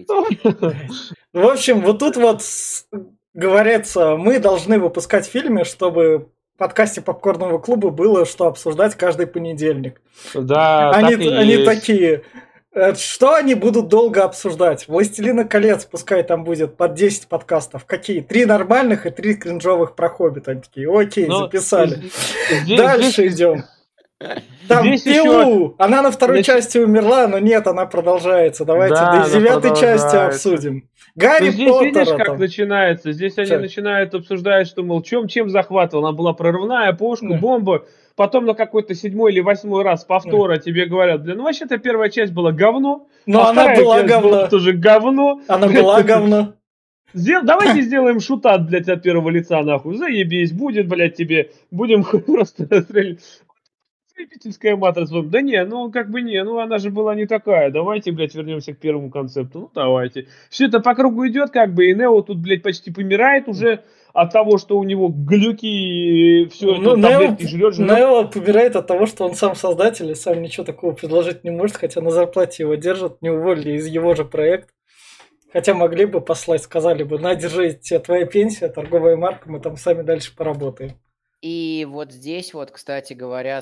В общем, вот тут вот говорится, мы должны выпускать фильмы, чтобы в подкасте Попкорного клуба было что обсуждать каждый понедельник. Да, они такие... Что они будут долго обсуждать? «Властелина колец», пускай там будет под 10 подкастов. Какие? 3 нормальных и 3 кринжовых про «Хоббита». Они такие: окей, записали. Дальше идем. Там Пилу! Она на второй части умерла, но нет, она продолжается. Давайте до 9 части обсудим. Гарри Поттера. Здесь видишь, как начинается? Здесь они начинают обсуждать, что, мол, чем захватывал. Она была прорывная, пушка, бомба. Потом на какой-то 7-й или 8-й раз повтора тебе говорят: ну вообще-то первая часть была говно. Но она была говно. Тоже говно. Она была говно. Давайте сделаем шута, блядь, от первого лица, нахуй. Заебись, будет, блядь, тебе. Будем просто стрелять. Эпическая матрица. Да не, она же была не такая. Давайте, блядь, вернемся к первому концепту. Ну, давайте. Все это по кругу идет, как бы, и Нео тут, блядь, почти помирает уже от того, что у него глюки и все это таблетки жрет. Нео помирает от того, что он сам создатель и сам ничего такого предложить не может, хотя на зарплате его держат, не уволили из его же проекта. Хотя могли бы послать, сказали бы: на, держи, тебе твоя пенсия, торговая марка, мы там сами дальше поработаем. И вот здесь вот, кстати говоря,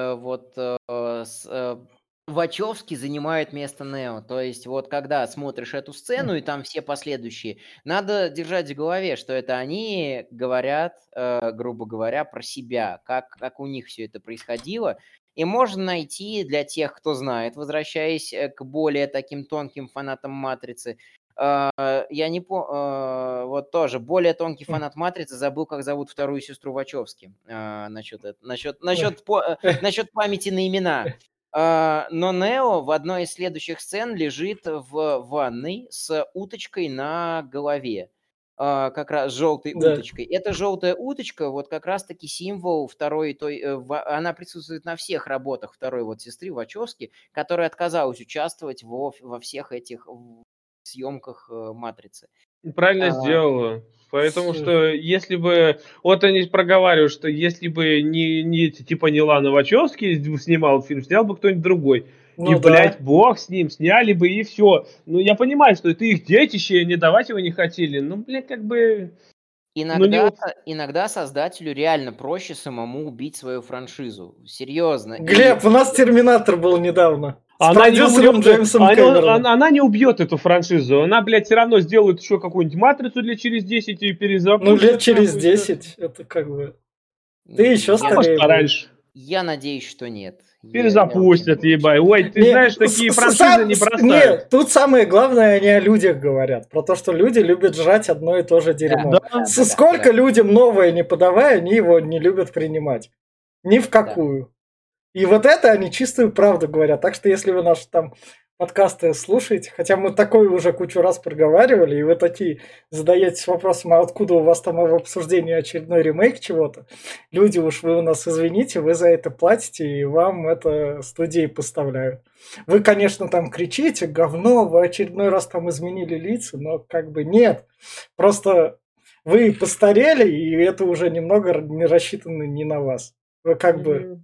Вачовски занимает место Нео. То есть вот когда смотришь эту сцену и там все последующие, надо держать в голове, что это они говорят, грубо говоря, про себя, как у них все это происходило. И можно найти для тех, кто знает, возвращаясь к более таким тонким фанатам «Матрицы», я не помню, вот тоже более тонкий фанат «Матрицы» забыл, как зовут вторую сестру Вачовски. Насчет памяти на имена. Но Нео в одной из следующих сцен лежит в ванной с уточкой на голове. Как раз с желтой уточкой. Эта желтая уточка вот как раз-таки символ второй она присутствует на всех работах второй вот сестры Вачовски, которая отказалась участвовать во всех этих съемках «Матрицы». Правильно сделала. Потому что если бы... Вот они проговаривают, что если бы не Лана Вачовски снимал фильм, снял бы кто-нибудь другой. Ну, блядь, бог с ним, сняли бы и все. Ну, я понимаю, что это их детище, не давать его не хотели. Ну, блядь, как бы... Ну, не вот... Иногда создателю реально проще самому убить свою франшизу. Серьезно. Глеб, у нас Терминатор был недавно. С Она не продюсером убьет, Джеймсом Кэмероном. она не убьет эту франшизу. Она, блядь, все равно сделает еще какую-нибудь матрицу для через 10 и перезапустит. Ну, лет через нахуй, 10, это как бы... Ты еще А может, старее будешь. пораньше. Я надеюсь, что нет. Перезапустят, ебай. Ой, ты знаешь, такие франшизы не бросают. Нет, тут самое главное, они о людях говорят. Про то, что люди любят жрать одно и то же дерьмо. Сколько людям новое не подавая, они его не любят принимать. Ни в какую. И вот это они чистую правду говорят. Так что если вы наши там подкасты слушаете, хотя мы такое уже кучу раз проговаривали, и вы такие задаетесь вопросом, а откуда у вас там в обсуждении очередной ремейк чего-то, люди уж вы у нас извините, вы за это платите, и вам это студии поставляют. Вы, конечно, там кричите, говно, вы очередной раз там изменили лица, но как бы нет. Просто вы постарели, и это уже немного не рассчитано не на вас. Вы как бы...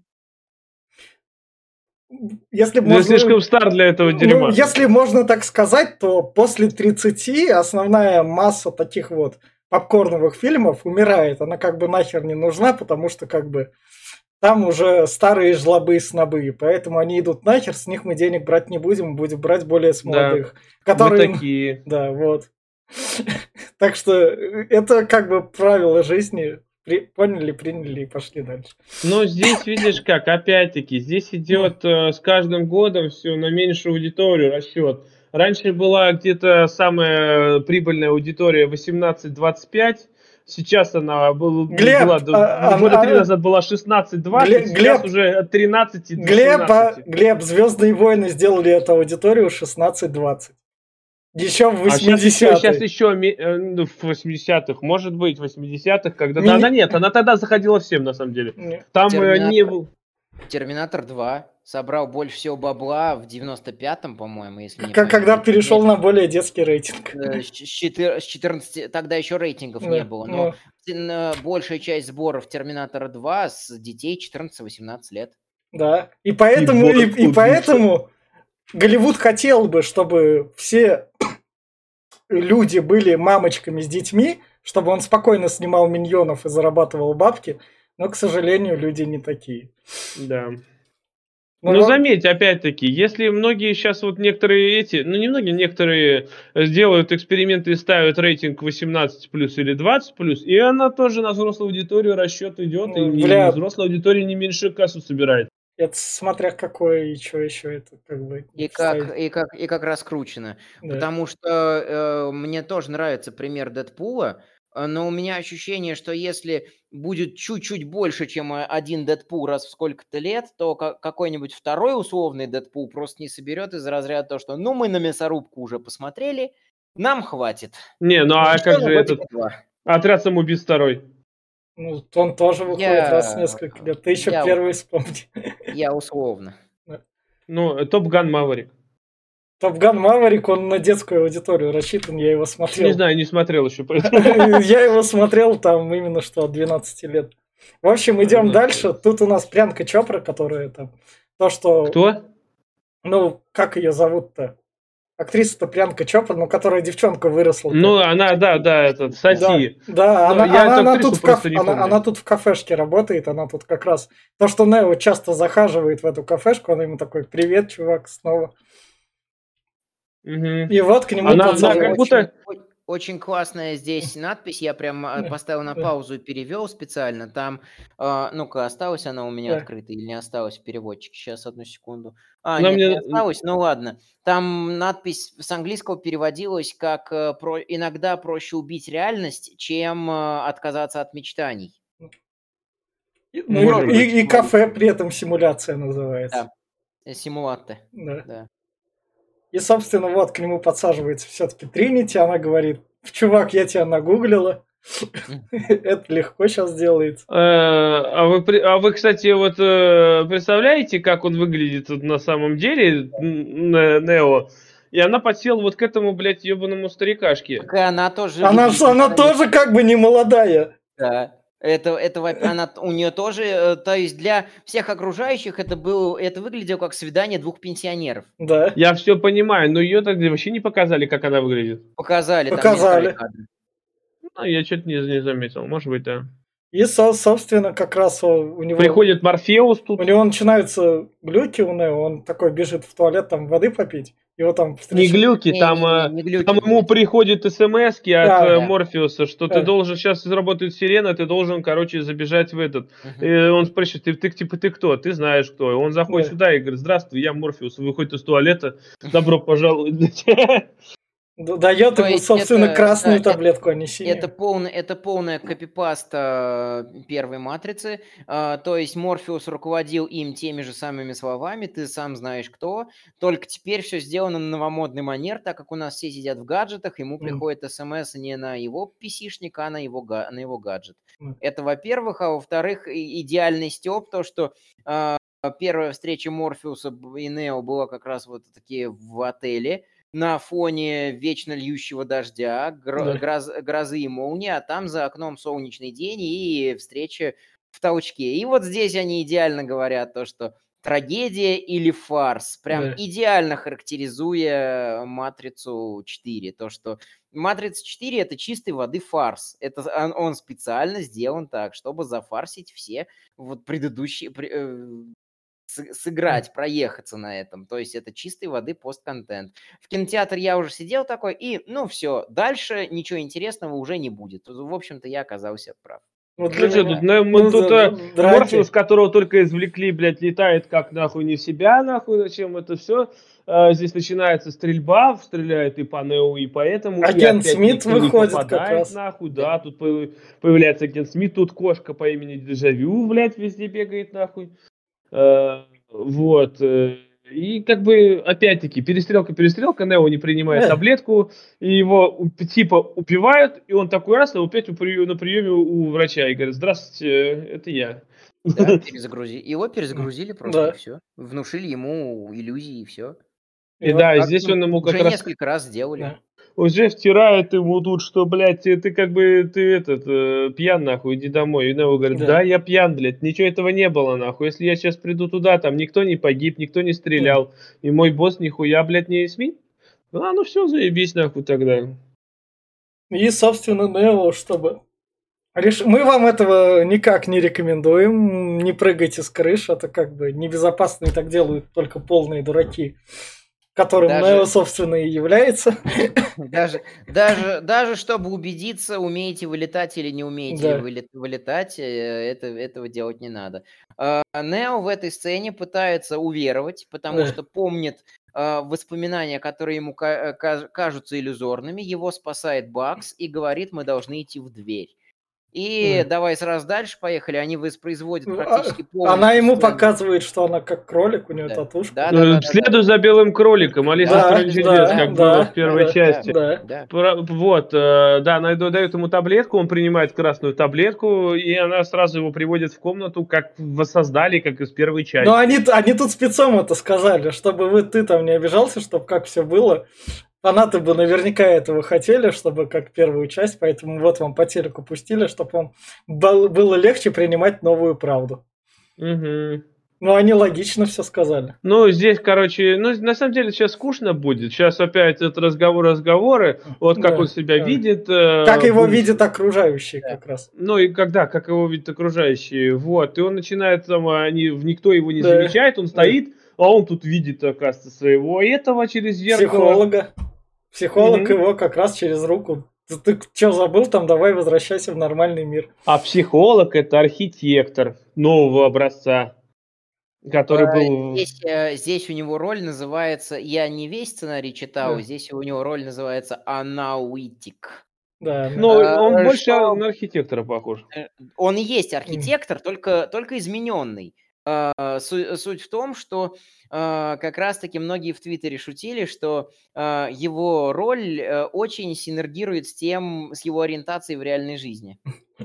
Если можно, слишком стар для этого дерьма. Если можно так сказать, то после 30 основная масса таких вот попкорновых фильмов умирает. Она как бы нахер не нужна, потому что как бы там уже старые жлобы и снобы. Поэтому они идут нахер, с них мы денег брать не будем брать более с молодых. Да, которые... мы такие. Да, вот. Так что это как бы правило жизни. Поняли, приняли и пошли дальше. Но здесь, видишь как, опять-таки, здесь идет с каждым годом все на меньшую аудиторию расчет. Раньше была где-то самая прибыльная аудитория 18-25, сейчас она была, года 3 назад была 16-20, сейчас уже от 13 до 17. Глеб, «Звездные войны» сделали эту аудиторию 16-20. Еще в 80-х. Сейчас еще в 80-х, может быть, в 80-х, когда... Да, она тогда заходила всем, на самом деле. Там не был... Терминатор 2 собрал больше всего бабла в 95-м, по-моему, если не когда перешел на более детский рейтинг. С 14... Тогда еще рейтингов не было, но большая часть сборов Терминатора 2 с детей 14-18 лет. Да, и поэтому Голливуд хотел бы, чтобы все люди были мамочками с детьми, чтобы он спокойно снимал миньонов и зарабатывал бабки, но, к сожалению, люди не такие. Да. Но заметь, опять-таки, если многие сейчас вот некоторые некоторые делают эксперименты и ставят рейтинг 18+ или 20+, и она тоже на взрослую аудиторию расчет идет, и взрослая аудитория не меньше кассу собирает. Это смотря какое и что еще это как бы... И как раскручено. Да. Потому что мне тоже нравится пример Дэдпула, но у меня ощущение, что если будет чуть-чуть больше, чем один Дэдпул раз в сколько-то лет, то какой-нибудь второй условный Дэдпул просто не соберет из разряда того, что ну мы на мясорубку уже посмотрели, нам хватит. Не, ну а как же этот «Отряд самоубийц 2»? Ну, он тоже выходит раз в несколько лет. Ты еще первый вспомни. Я условно. Ну, «Топ Ган Маверик». «Топ Ган Маверик», он на детскую аудиторию рассчитан, я его смотрел. Не знаю, не смотрел еще. Поэтому. Я его смотрел там именно что от 12 лет. В общем, идем дальше. Тут у нас Прянка Чопра, которая там... То, что... Кто? Ну, как ее зовут-то? Актриса-то Прянка Чопра, ну, которая девчонка выросла. Ну, она, да, Соси. Да, она тут в кафешке работает, она тут как раз... То, что Нео часто захаживает в эту кафешку, он ему такой: «Привет, чувак, снова». И вот к нему... как будто... Очень классная здесь надпись, я прям поставил на паузу и перевел специально. Там, ну-ка, осталась она у меня открыта или не осталась в переводчике? Сейчас, одну секунду. Не осталась, ну ладно. Там надпись с английского переводилась как «иногда проще убить реальность, чем отказаться от мечтаний». И кафе при этом симуляция называется. Да, симулатор. Да. И, собственно, вот к нему подсаживается все-таки Тринити, она говорит: «Чувак, я тебя нагуглила». Это легко сейчас делается. А вы, кстати, вот представляете, как он выглядит на самом деле, Нео? И она подсела вот к этому, блядь, ебаному старикашке. Она тоже как бы не молодая. Да. Это у нее тоже, то есть для всех окружающих это выглядело как свидание двух пенсионеров. Да. Я все понимаю, но ее тогда вообще не показали, как она выглядит. Показали. Показали. Я что-то не заметил. Может быть, да. И, собственно, как раз у него... Приходит Морфеус тут. У него начинаются глюки у Нео, он такой бежит в туалет там воды попить, его там Не глюки, Не, там, не глюки, там ему блядь. приходят смс-ки от Да. Морфеуса, что ты должен, сейчас заработает сирена, ты должен, короче, забежать в этот. Мгм. И он спрашивает, ты кто? Ты знаешь кто. И он заходит Да. сюда и говорит, здравствуй, я Морфеус. Выходит из туалета, добро пожаловать. Дает То ему, есть собственно, это, красную да, таблетку, а не синюю. это полная копипаста первой матрицы. То есть Морфеус руководил им теми же самыми словами, ты сам знаешь кто. Только теперь все сделано на новомодный манер, так как у нас все сидят в гаджетах, ему приходит смс не на его PC-шник, а на его гаджет. Это, во-первых. А во-вторых, идеальный стёб, то, что первая встреча Морфеуса и Нео была как раз вот такие в отеле, на фоне вечно льющего дождя, грозы и молнии, а там за окном солнечный день и встреча в толчке. И вот здесь они идеально говорят то, что трагедия или фарс, прям идеально характеризуя «Матрицу 4». То, что «Матрица 4» — это чистой воды фарс. Это он специально сделан так, чтобы зафарсить все вот предыдущие... сыграть, проехаться на этом. То есть это чистой воды постконтент. В кинотеатре я уже сидел такой, и все, дальше ничего интересного уже не будет. В общем-то, я оказался прав. Ну, Ну что тут, Морфеус, которого только извлекли, блядь, летает как нахуй не в себя, нахуй, зачем это все. Здесь начинается стрельба, стреляет и по Нео, и по этому. Агент и Смит выходит попадает, как раз. нахуй, да, тут появляется агент Смит, тут кошка по имени Дежавю, блядь, везде бегает, нахуй. Вот. И как бы, опять-таки, перестрелка, Нео не принимает таблетку, и его типа убивают, и он такой раз, опять на приеме у врача, и говорит, здравствуйте, это я. Да, его перезагрузили просто, и все. Внушили ему иллюзии, и все. И да, и здесь он ему как уже раз... несколько раз сделали. Уже втирает ему тут, что, блядь, ты как бы, пьян, нахуй, иди домой. И Нео говорит, да, я пьян, блядь, ничего этого не было, нахуй. Если я сейчас приду туда, там никто не погиб, никто не стрелял, и мой босс нихуя, блядь, не СМИ. Ну все, заебись, нахуй, тогда. И, собственно, Нео, чтобы... Мы вам этого никак не рекомендуем, не прыгайте с крыш, это как бы небезопасно, и так делают только полные дураки, которым Нео, собственно, и является. Даже чтобы убедиться, умеете вылетать или не умеете вылетать, этого делать не надо. Нео в этой сцене пытается уверовать, потому что помнит воспоминания, которые ему кажутся иллюзорными. Его спасает Бакс и говорит, мы должны идти в дверь. И давай сразу дальше поехали. Они воспроизводят практически полностью. Она ему показывает, что она как кролик, у нее татушка. Следуй за белым кроликом, Алиса в стране чудес, как было в первой части. Вот, да, дают ему таблетку, он принимает красную таблетку, и она сразу его приводит в комнату, как воссоздали, как из первой части. Но они тут спецом это сказали, чтобы ты там не обижался, чтобы как все было. Фанаты бы наверняка этого хотели, чтобы как первую часть, поэтому вот вам по телеку пустили, чтобы вам было легче принимать новую правду. Угу. Ну, они логично все сказали. Ну, здесь, короче, на самом деле сейчас скучно будет. Сейчас опять это разговоры, вот как он себя видит. Как его видят окружающие как раз. Ну, и как его видят окружающие, вот. И он начинает, там, никто его не замечает, он стоит, а он тут видит, оказывается, своего этого через зеркало. Психолог его как раз через руку. Ты что забыл там, давай возвращайся в нормальный мир. А психолог это архитектор нового образца, который был... Здесь у него роль называется, я не весь сценарий читал, здесь у него роль называется аналитик. Да. Но он больше на архитектора похож. Он и есть архитектор, только измененный. Суть в том, что как раз-таки многие в Твиттере шутили, что его роль очень синергирует с его ориентацией в реальной жизни.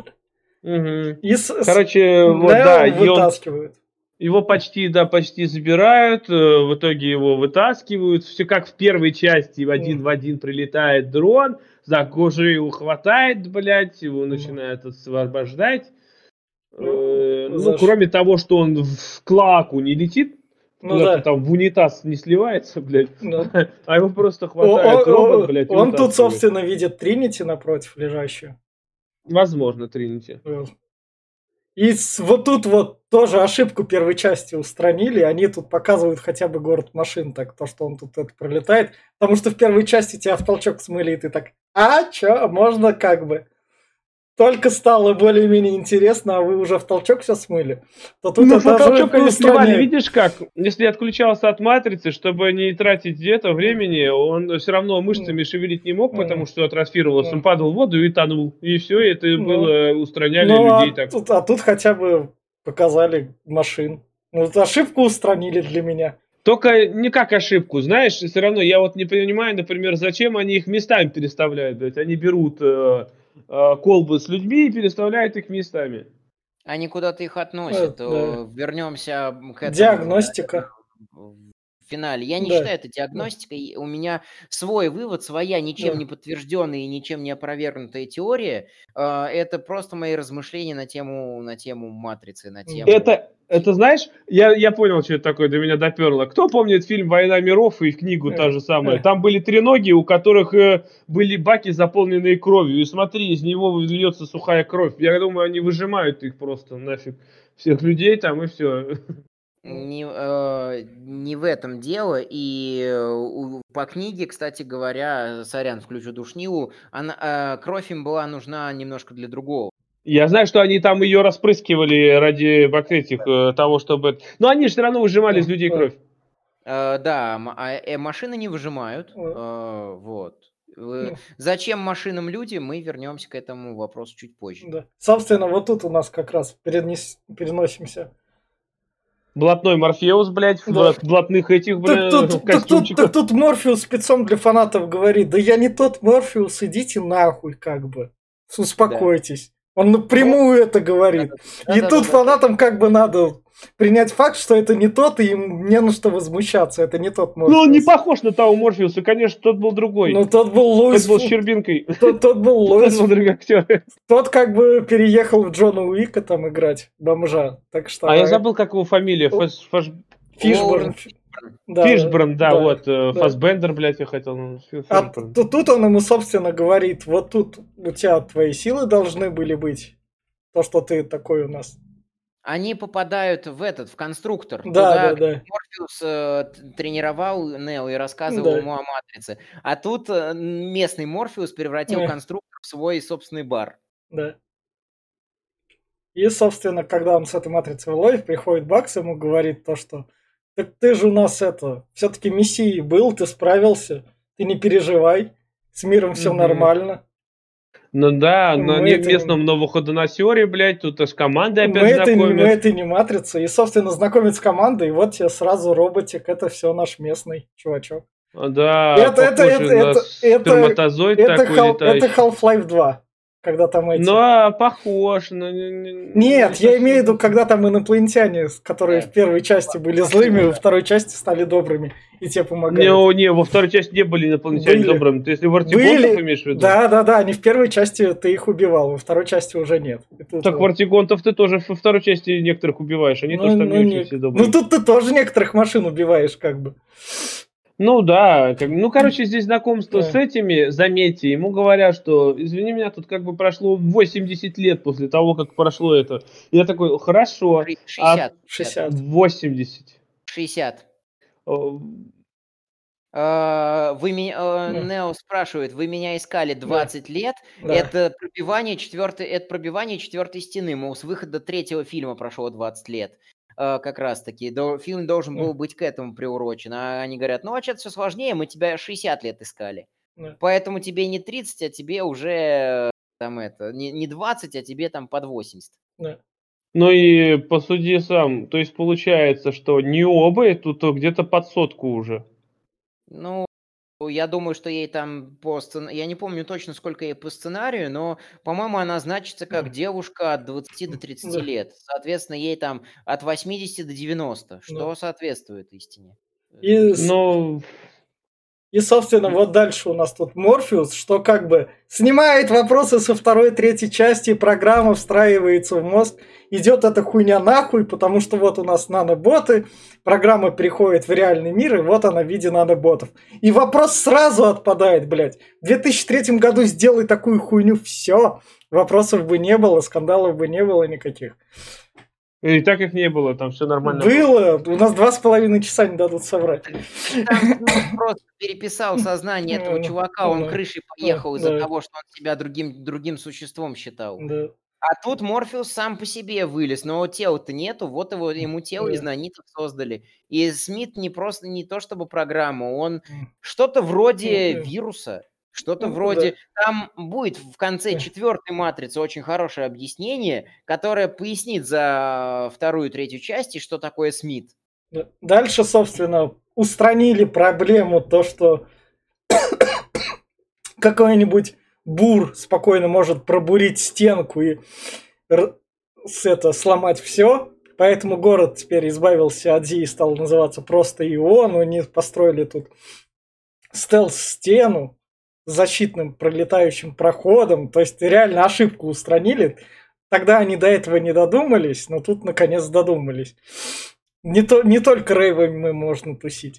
Короче, вот, да, вытаскивают. Его почти забирают, в итоге его вытаскивают. Все как в первой части, один в один прилетает дрон, за кожу хватает, блядь, его начинают освобождать. Кроме того, что он в клаку не летит, там в унитаз не сливается, блядь, а его просто хватает робот, блядь. Он тут, собственно, видит Тринити напротив лежащую. Возможно, Тринити. И вот тут вот тоже ошибку первой части устранили. Они тут показывают хотя бы город машин, так то, что он тут это пролетает. Потому что в первой части тебя в толчок смыли, и ты так, чё, можно как бы. Только стало более-менее интересно, а вы уже в толчок все смыли. То тут Ну, это в толчок они сливали, устраняет. видишь как? Если отключался от матрицы, чтобы не тратить где-то времени, он все равно мышцами шевелить не мог, потому что атрофировался. Он падал в воду и тонул. И все, это было, устраняли людей так. Тут хотя бы показали машин. Ну, вот ошибку устранили для меня. Только не как ошибку, знаешь, все равно я вот не понимаю, например, зачем они их местами переставляют. То есть они берут колбы с людьми и переставляют их местами. Они куда-то их относят. Да. Вернемся к этому. Диагностика. В финале. Я не Да. считаю это диагностикой. У меня свой вывод, своя ничем Да. не подтвержденная и ничем не опровергнутая теория. Это просто мои размышления на тему матрицы, на тему. Это знаешь, я понял, что это такое, до меня доперло. Кто помнит фильм «Война миров» и книгу та же самая? Там были треноги, у которых были баки, заполненные кровью. И смотри, из него льется сухая кровь. Я думаю, они выжимают их просто нафиг. Всех людей там и все. Не в этом дело. И по книге, кстати говоря, сорян, включу душнилу, кровь им была нужна немножко для другого. Я знаю, что они там ее распрыскивали ради того, чтобы... Но они же все равно выжимали из людей кровь. Да, машины не выжимают. Вот. Зачем машинам люди? Мы вернемся к этому вопросу чуть позже. Да. Собственно, вот тут у нас как раз переносимся. Блатной Морфеус, блядь, в блатных этих, костюмчиках. Тут Морфеус спецом для фанатов говорит, да я не тот Морфеус, идите нахуй, как бы. Успокойтесь. Он напрямую это говорит. И тут фанатам как бы надо принять факт, что это не тот, и им не на что возмущаться. Это не тот Морфеус. Ну, он не похож на того Морфеуса, конечно, тот был другой. Ну, тот был Луис. Тот был с щербинкой. Тот был Луис. Тот был другой актер. Тот как бы переехал в Джона Уика там играть, бомжа. Так что... я забыл, как его фамилия. Фишборн. Фишборн, да, вот. Фассбендер, блядь, я хотел. Тут он ему, собственно, говорит, вот тут у тебя твои силы должны были быть. То, что ты такой у нас. Они попадают в конструктор. Да. Морфеус тренировал Нео и рассказывал ему о матрице. А тут местный Морфеус превратил конструктор в свой собственный бар. Да. И, собственно, когда он с этой матрицей выловит, приходит Бакс, ему говорит то, что так ты же у нас все-таки мессией был, ты справился, ты не переживай, с миром все нормально. Ну да, но не в местном Новоходоносере, блядь, тут с командой опять знакомят. Это не матрица. И, собственно, знакомит с командой, и вот тебе сразу роботик, это все наш местный чувачок. Да, это сперматозоид такой летающий. Это Half-Life 2. Когда там эти... Ну, похож. Нет, я имею в виду, когда там инопланетяне, которые в первой части были злыми, во второй части стали добрыми, и тебе помогают. Не, во второй части не были инопланетяне добрыми. Ты если Вартигонтов имеешь в виду? Да, они в первой части ты их убивал, во второй части уже нет. Так Вартигонтов ты тоже во второй части некоторых убиваешь, они тоже там не очень все добрые. Ну тут ты тоже некоторых машин убиваешь, как бы. Ну да, короче, здесь знакомство с этими, заметьте, ему говорят, что, извини меня, тут как бы прошло 80 лет после того, как прошло это. Я такой, хорошо. 60. 80. 60. Нео спрашивает, вы меня искали 20 лет, это пробивание четвертой стены, мол, с выхода третьего фильма прошло 20 лет. Как раз таки. Фильм должен был быть к этому приурочен. А они говорят, ну, а что-то все сложнее, мы тебя 60 лет искали. Поэтому тебе не 30, а тебе уже там не 20, а тебе там под 80. Ну и посуди сам. То есть получается, что не оба, тут где-то под 100 уже. Ну, я думаю, что ей там я не помню точно, сколько ей по сценарию, но, по-моему, она значится как девушка от 20 до 30 лет. Соответственно, ей там от 80 до 90, что соответствует истине. И, собственно, вот дальше у нас тут Морфеус, что как бы снимает вопросы со второй, третьей части, программа встраивается в мозг, идет эта хуйня нахуй, потому что вот у нас наноботы, программа приходит в реальный мир, и вот она в виде наноботов. И вопрос сразу отпадает, блядь. В 2003 году сделай такую хуйню, все, вопросов бы не было, скандалов бы не было никаких. И так их не было, там все нормально было. У нас 2,5 часа не дадут соврать. Там просто переписал сознание этого чувака, он крышей поехал из-за того, что он себя другим существом считал. Да. А тут Морфеус сам по себе вылез, но тела-то нету, вот ему тело из нанитов создали. И Смит не то чтобы программа, он что-то вроде вируса, что-то вроде... Там будет в конце 4-й матрицы очень хорошее объяснение, которое пояснит за 2-ю, 3-ю части, что такое Смит. Дальше, собственно, устранили проблему, то, что какой-нибудь бур спокойно может пробурить стенку и сломать все. Поэтому город теперь избавился от Зи и стал называться просто Ион. Они построили тут стелс-стену с защитным пролетающим проходом. То есть реально ошибку устранили. Тогда они до этого не додумались, но тут наконец додумались. Не только рейвами можно тусить.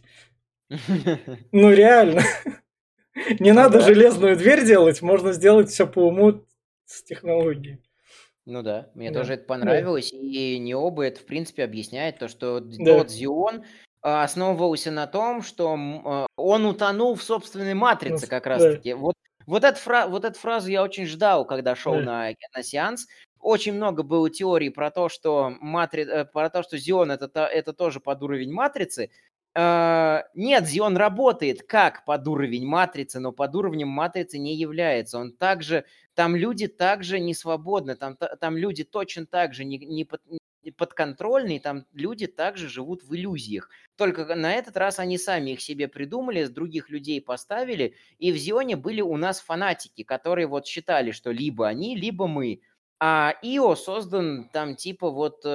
Ну реально. Не надо железную дверь делать, можно сделать все по уму с технологией. Ну да, мне тоже это понравилось, и Необа это в принципе объясняет то, что тот Зион основывался на том, что он утонул в собственной матрице как раз-таки. Вот эту фразу я очень ждал, когда шел на сеанс. Очень много было теорий про то, что Зион это тоже под уровень матрицы. Нет, Зион работает как под уровень матрицы, но под уровнем матрицы не является. Он также, там люди также не свободны, там люди точно так же не подконтрольные, там люди также живут в иллюзиях. Только на этот раз они сами их себе придумали, с других людей поставили, и в Зионе были у нас фанатики, которые вот считали, что либо они, либо мы. А Ио создан там типа вот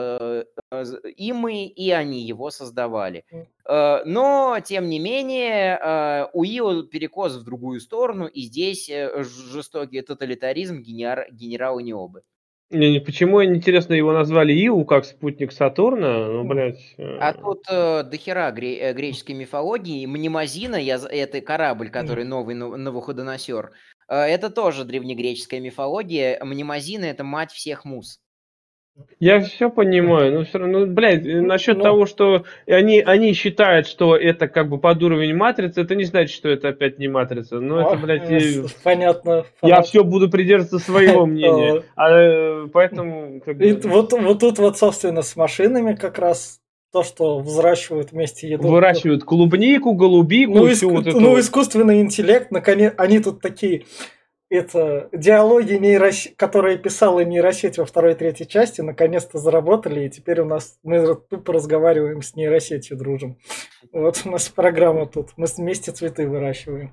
и мы, и они его создавали. Но, тем не менее, у Ио перекос в другую сторону, и здесь жестокий тоталитаризм генерала Необы. Почему, интересно, его назвали Иу, как спутник Сатурна? Ну, блядь. А тут дохера греческой мифологии. Мнемозина, это корабль, который новый Навуходоносор. Это тоже древнегреческая мифология. Мнемозина – это мать всех муз. Я все понимаю, но все равно, блядь, насчет того, что они считают, что это как бы под уровень матрицы, это не значит, что это опять не матрица. Но это, блядь, понятно. Я все буду придерживаться своего мнения. Поэтому... Вот тут вот, собственно, с машинами как раз то, что взращивают вместе еду. Выращивают клубнику, голубику, всю вот эту... Ну, искусственный интеллект, наконец, они тут такие... Это диалоги, которые писала нейросеть во 2-й, 3-й части, наконец-то заработали, и теперь мы тупо разговариваем с нейросетью, дружим. Вот у нас программа тут. Мы вместе цветы выращиваем.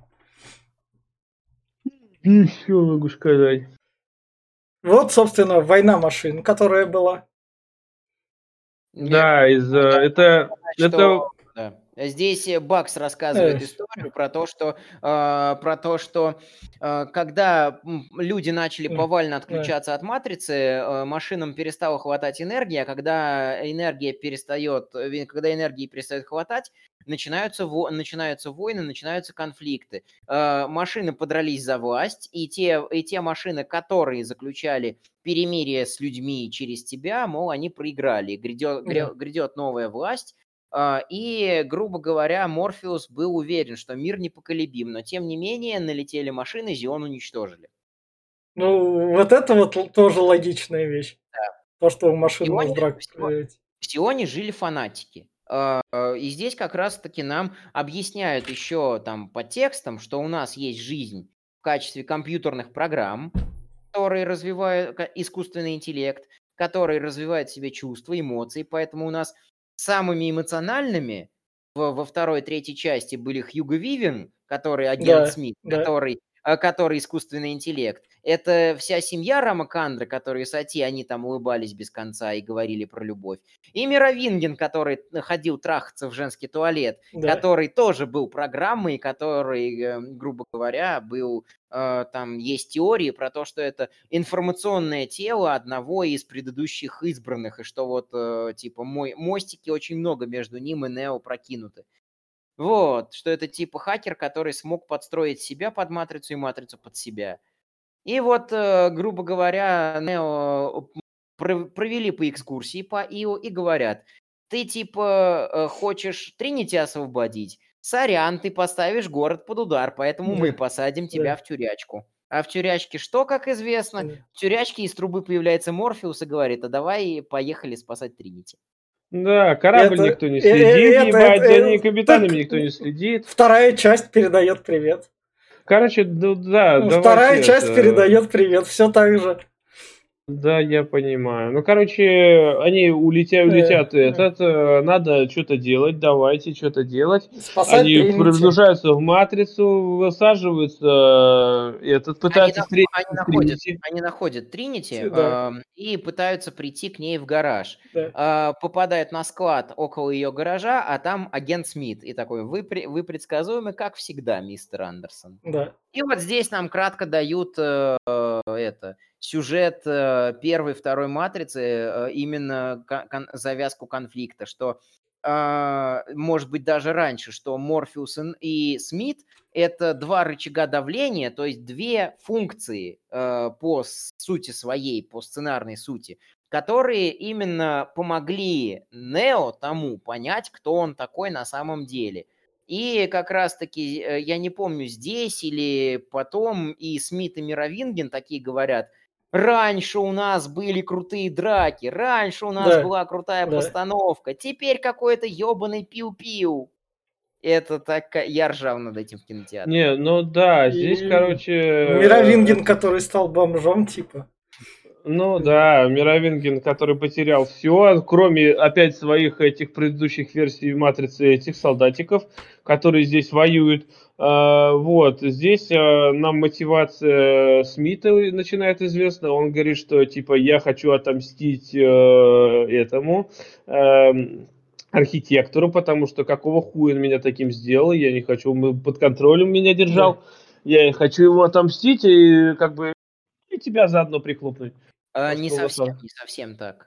Что могу сказать? Вот, собственно, война машин, которая была. Да, это... Да. Здесь Бакс рассказывает историю про то, что когда люди начали повально отключаться от матрицы, машинам перестало хватать энергии, а когда энергии перестает хватать, начинаются войны, начинаются конфликты. Машины подрались за власть, и те машины, которые заключали перемирие с людьми через тебя, мол, они проиграли. Грядет новая власть. И, грубо говоря, Морфеус был уверен, что мир непоколебим, но тем не менее налетели машины, Зион уничтожили. Ну, вот это вот тоже логичная вещь. Да. То, что у машин может брак. В Зионе жили фанатики. И здесь как раз-таки нам объясняют еще там по текстам, что у нас есть жизнь в качестве компьютерных программ, которые развивают искусственный интеллект, которые развивают в себе чувства, эмоции, поэтому у нас самыми эмоциональными во 2-й, 3-й части были Хьюго Вивен, который агент Смит, который который искусственный интеллект. Это вся семья Рамакандры, которые Сати, они там улыбались без конца и говорили про любовь. И Мировингин, который ходил трахаться в женский туалет, Да. который тоже был программой, который, грубо говоря, был... Там есть теории про то, что это информационное тело одного из предыдущих избранных, и что вот, типа, мостики очень много между ним и Нео прокинуты. Вот, что это типа хакер, который смог подстроить себя под матрицу и матрицу под себя. И вот, грубо говоря, Нео провели по экскурсии по Ио и говорят, ты типа хочешь Тринити освободить? Сорян, ты поставишь город под удар, поэтому мы Да, посадим тебя да. в тюрячку. А в тюрячке что, как известно? Да. В тюрячке из трубы появляется Морфеус и говорит, а давай поехали спасать Тринити. Да, корабль Это, никто не следит, ебать, за ней капитанами так никто не следит. вторая часть передает привет. Короче, да, Вторая давайте часть это... передает привет, все так же. Да, я понимаю. Ну, короче, они улетят, надо что-то делать, давайте что-то делать. Спасать Они Тринити. прогружаются в матрицу, высаживаются, пытаются встретить Тринити. Они находят Тринити Да. и пытаются прийти к ней в гараж. Да. Попадают на склад около ее гаража, а там агент Смит. И такой, вы предсказуемы, как всегда, мистер Андерсон. Да. И вот здесь нам кратко дают сюжет первой, второй матрицы, именно завязку конфликта, что, может быть, даже раньше, что Морфеус и Смит – это два рычага давления, то есть две функции по сути своей, по сценарной сути, которые именно помогли Нео тому понять, кто он такой на самом деле. И как раз-таки, я не помню, здесь или потом и Смит, и Мировингин такие говорят, раньше у нас были крутые драки, раньше у нас была крутая постановка, теперь какой-то ебаный пиу-пиу. Это так... Я ржал над этим в кинотеатре. Не, ну да, здесь, короче... Мировингин, который стал бомжом, типа. Ну да, Мировингин, который потерял все, кроме опять своих этих предыдущих версий Матрицы, этих солдатиков, которые здесь воюют. Вот, здесь нам мотивация Смита начинает известна. Он говорит, что типа я хочу отомстить этому архитектору, потому что какого хуя он меня таким сделал, я не хочу, он под контролем меня держал. Я хочу его отомстить и как бы и тебя заодно прихлопнуть. Не совсем так.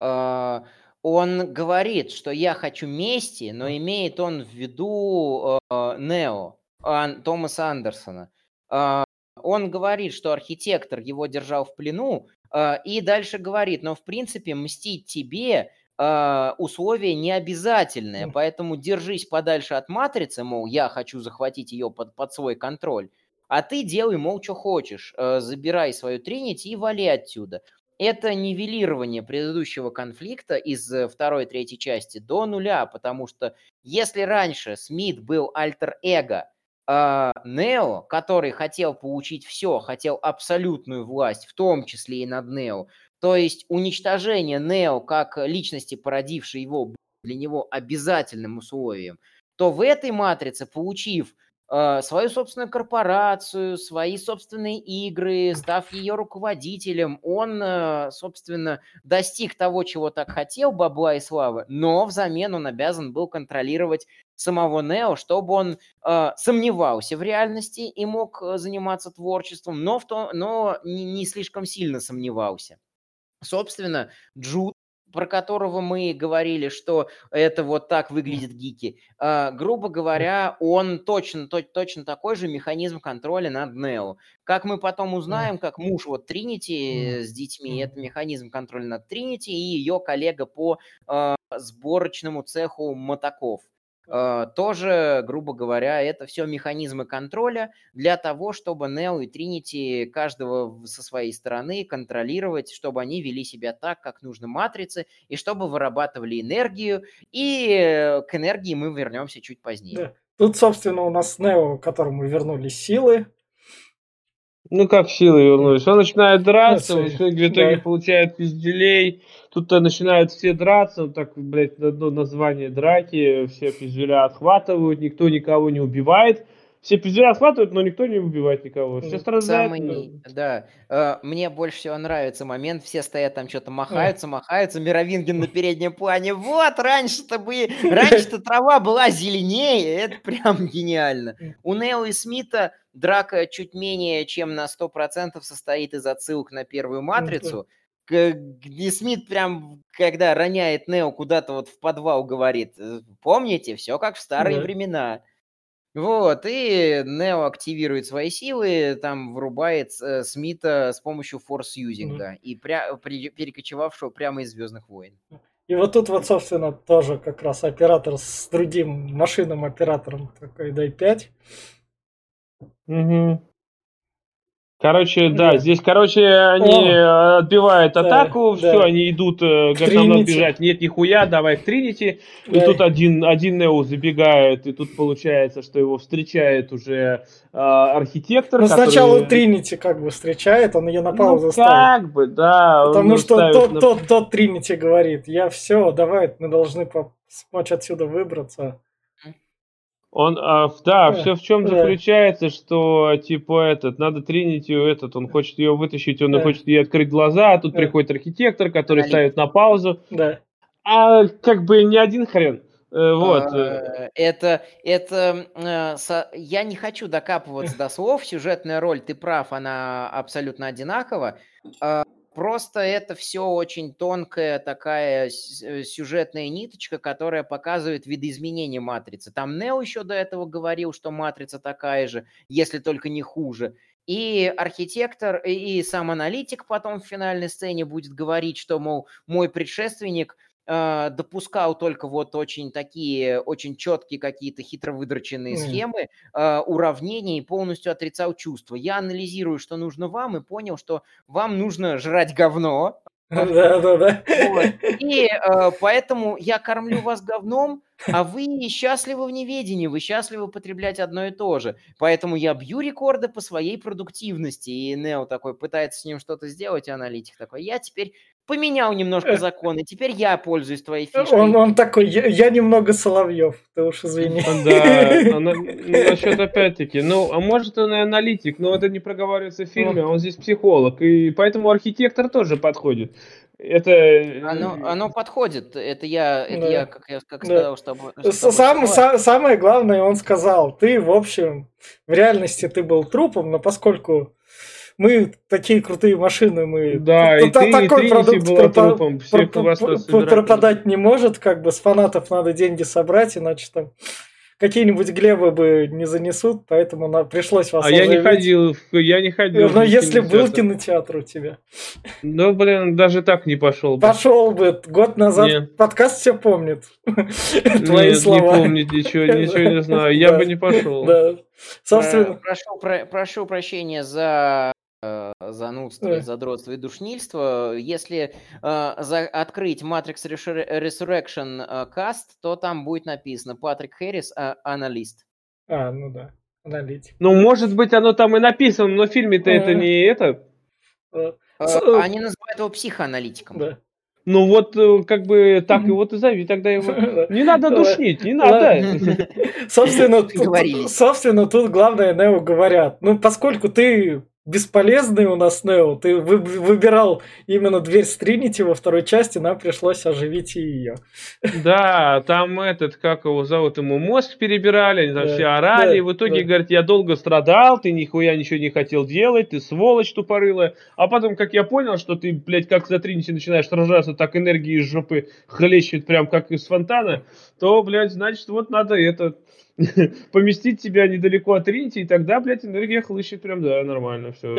Он говорит, что я хочу мести, но имеет он в виду Нео, Томаса Андерсона. Он говорит, что архитектор его держал в плену, и дальше говорит, но в принципе мстить тебе условие не обязательное, поэтому держись подальше от матрицы, мол, я хочу захватить ее под свой контроль. А ты делай, мол, что хочешь. Забирай свою Тринити и вали отсюда. Это нивелирование предыдущего конфликта из второй и третьей части до нуля, потому что если раньше Смит был альтер-эго Нео, который хотел получить все, хотел абсолютную власть, в том числе и над Нео, то есть уничтожение Нео как личности, породившей его, для него обязательным условием, то в этой матрице, получив свою собственную корпорацию, свои собственные игры, став ее руководителем, он, собственно, достиг того, чего так хотел, бабла и славы, но взамен он обязан был контролировать самого Нео, чтобы он сомневался в реальности и мог заниматься творчеством, но не слишком сильно сомневался. Собственно, Джуд, про которого мы говорили, что это вот так выглядит гики, грубо говоря, он точно такой же механизм контроля над Нео. Как мы потом узнаем, как муж вот Тринити с детьми, это механизм контроля над Тринити и ее коллега по сборочному цеху мотоков. Тоже, грубо говоря, это все механизмы контроля для того, чтобы Нео и Тринити каждого со своей стороны контролировать, чтобы они вели себя так, как нужно матрице, и чтобы вырабатывали энергию, и к энергии мы вернемся чуть позднее. Да. Тут, собственно, у нас Нео, которому вернулись силы. Ну как силы вернулись? Он начинает драться, в итоге получает пизделей. Тут-то начинают все драться, вот так, блядь, одно название драки, все пизделя отхватывают, никто никого не убивает. Все пизды расхватывают, но никто не убивает никого. Все Ну, страдают. Мне больше всего нравится момент, все стоят там что-то махаются, Мировингин на переднем плане. Вот, раньше-то трава была зеленее, это прям гениально. У Нео и Смита драка чуть менее чем на 100% состоит из отсылок на первую матрицу, где Смит прям, когда роняет Нео куда-то вот в подвал, говорит: помните, все как в старые Да. времена. Вот, и Нео активирует свои силы, там врубает Смита с помощью форс-юзинга, и перекочевавшего прямо из «Звездных войн». И вот тут вот, собственно, тоже как раз оператор с другим машинным оператором такой Дай-5. Угу. Короче, Да. здесь, они отбивают атаку, все, да. они идут, говорят, нам надо бежать, нет, нихуя, давай к Тринити, и тут один Нео забегает, и тут получается, что его встречает уже архитектор, Ну, который... сначала Тринити как бы встречает, он ее на паузу ставит. как бы, да. Потому что тот Тринити говорит: я все, давай, мы должны помочь отсюда выбраться. Он, все в чем заключается, что, типа, надо Тринити, он хочет ее вытащить, он хочет ей открыть глаза, а тут приходит архитектор, который ставит на паузу. Да. А как бы не один хрен. Вот. Я не хочу докапываться до слов, сюжетная роль, ты прав, она абсолютно одинакова. Просто это все очень тонкая такая сюжетная ниточка, которая показывает видоизменение матрицы. Там Нео еще до этого говорил, что матрица такая же, если только не хуже. И архитектор, и сам аналитик потом в финальной сцене будет говорить, что, мол, мой предшественник допускал только вот очень четкие какие-то хитро выдроченные схемы, уравнения, и полностью отрицал чувства. Я анализирую, что нужно вам, и понял, что вам нужно жрать говно. Да. И поэтому я кормлю вас говном, а вы счастливы в неведении, вы счастливы потреблять одно и то же. Поэтому я бью рекорды по своей продуктивности. И Нео такой пытается с ним что-то сделать, и аналитик такой: я теперь поменял немножко законы, теперь я пользуюсь твоей фишкой. Он такой: я немного Соловьев, ты уж извини. Да, насчет опять-таки, а может он и аналитик, но это не проговаривается в фильме, а он здесь психолог, и поэтому архитектор тоже подходит. Оно подходит. Это я как сказал, что... Самое главное, он сказал: ты, в общем, в реальности ты был трупом, но поскольку мы такие крутые машины, мы... Да, и такой продукт была трупом, пропадать не может, как бы с фанатов надо деньги собрать, иначе там какие-нибудь Глебы бы не занесут, поэтому пришлось вас оживить. Я не ходил. Но если был кинотеатр у тебя. Ну, блин, даже так не пошел бы. Пошел бы. Год назад подкаст все помнит. Твои слова. Не помнит ничего не знаю. Я бы не пошел. Да. Собственно... Прошу прощения за занудство, задротство и душнильство. Если открыть Matrix Resurrection каст, то там будет написано: Патрик Хэррис, аналист. Ну да, аналитик. Может быть, оно там и написано, но в фильме-то это не это. Они называют его психоаналитиком. Да. Ну вот, как бы, так и вот и зови тогда его. Не надо душнить, не надо. Собственно, тут главное Нео говорят: поскольку ты бесполезный у нас, Нео, ты выбирал именно дверь с Тринити во второй части, нам пришлось оживить и ее. Да, там как его зовут, ему мозг перебирали, они там все орали, и в итоге говорят: я долго страдал, ты нихуя ничего не хотел делать, ты сволочь тупорылая. А потом, как я понял, что ты, блядь, как за Тринити начинаешь сражаться, так энергии из жопы хлещет прям как из фонтана, то, блядь, значит, вот надо поместить тебя недалеко от Тринити, и тогда, блядь, энергия хлыщет прям, да, нормально, все.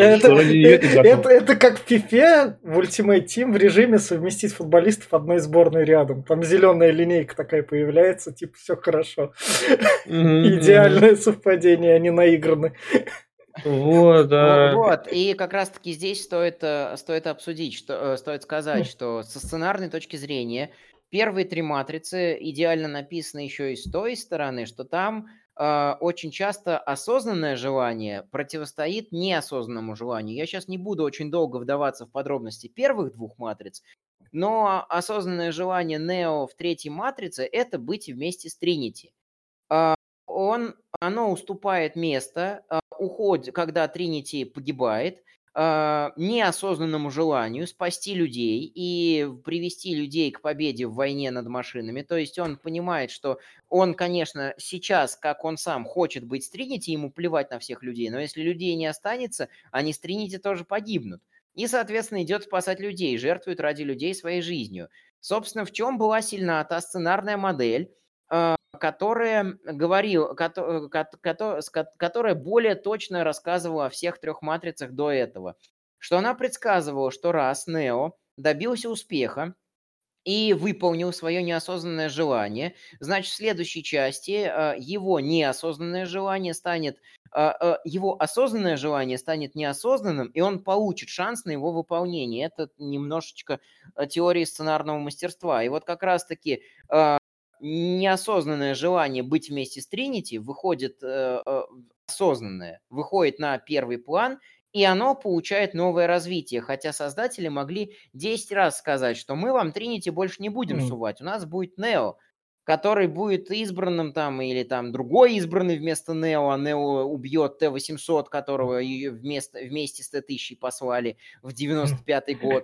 Это как в FIFA в Ultimate Team в режиме совместить футболистов одной сборной рядом. Там зеленая линейка такая появляется, типа все хорошо. Идеальное совпадение, они наиграны. Вот, да. Вот, и как раз-таки здесь стоит обсудить, стоит сказать, что со сценарной точки зрения первые три матрицы идеально написаны еще и с той стороны, что там очень часто осознанное желание противостоит неосознанному желанию. Я сейчас не буду очень долго вдаваться в подробности первых двух матриц, но осознанное желание Нео в третьей матрице — это быть вместе с Тринити. оно уступает место, когда Тринити погибает, неосознанному желанию спасти людей и привести людей к победе в войне над машинами. То есть он понимает, что он, конечно, сейчас, как он сам, хочет быть с Тринити, ему плевать на всех людей, но если людей не останется, они с Тринити тоже погибнут. И, соответственно, идет спасать людей, жертвует ради людей своей жизнью. Собственно, в чем была сильна та сценарная модель, которая более точно рассказывала о всех трех матрицах до этого. Что она предсказывала, что раз Нео добился успеха и выполнил свое неосознанное желание, значит, в следующей части его осознанное желание станет неосознанным, и он получит шанс на его выполнение. Это немножечко теории сценарного мастерства. И вот как раз-таки неосознанное желание быть вместе с Тринити осознанное, выходит на первый план, и оно получает новое развитие. Хотя создатели могли 10 раз сказать, что мы вам Тринити больше не будем сувать, у нас будет Нео, который будет избранным там, или там другой избранный вместо Нео, а Нео убьет Т-800, которого ее вместе с Т-1000 послали в 95-й год.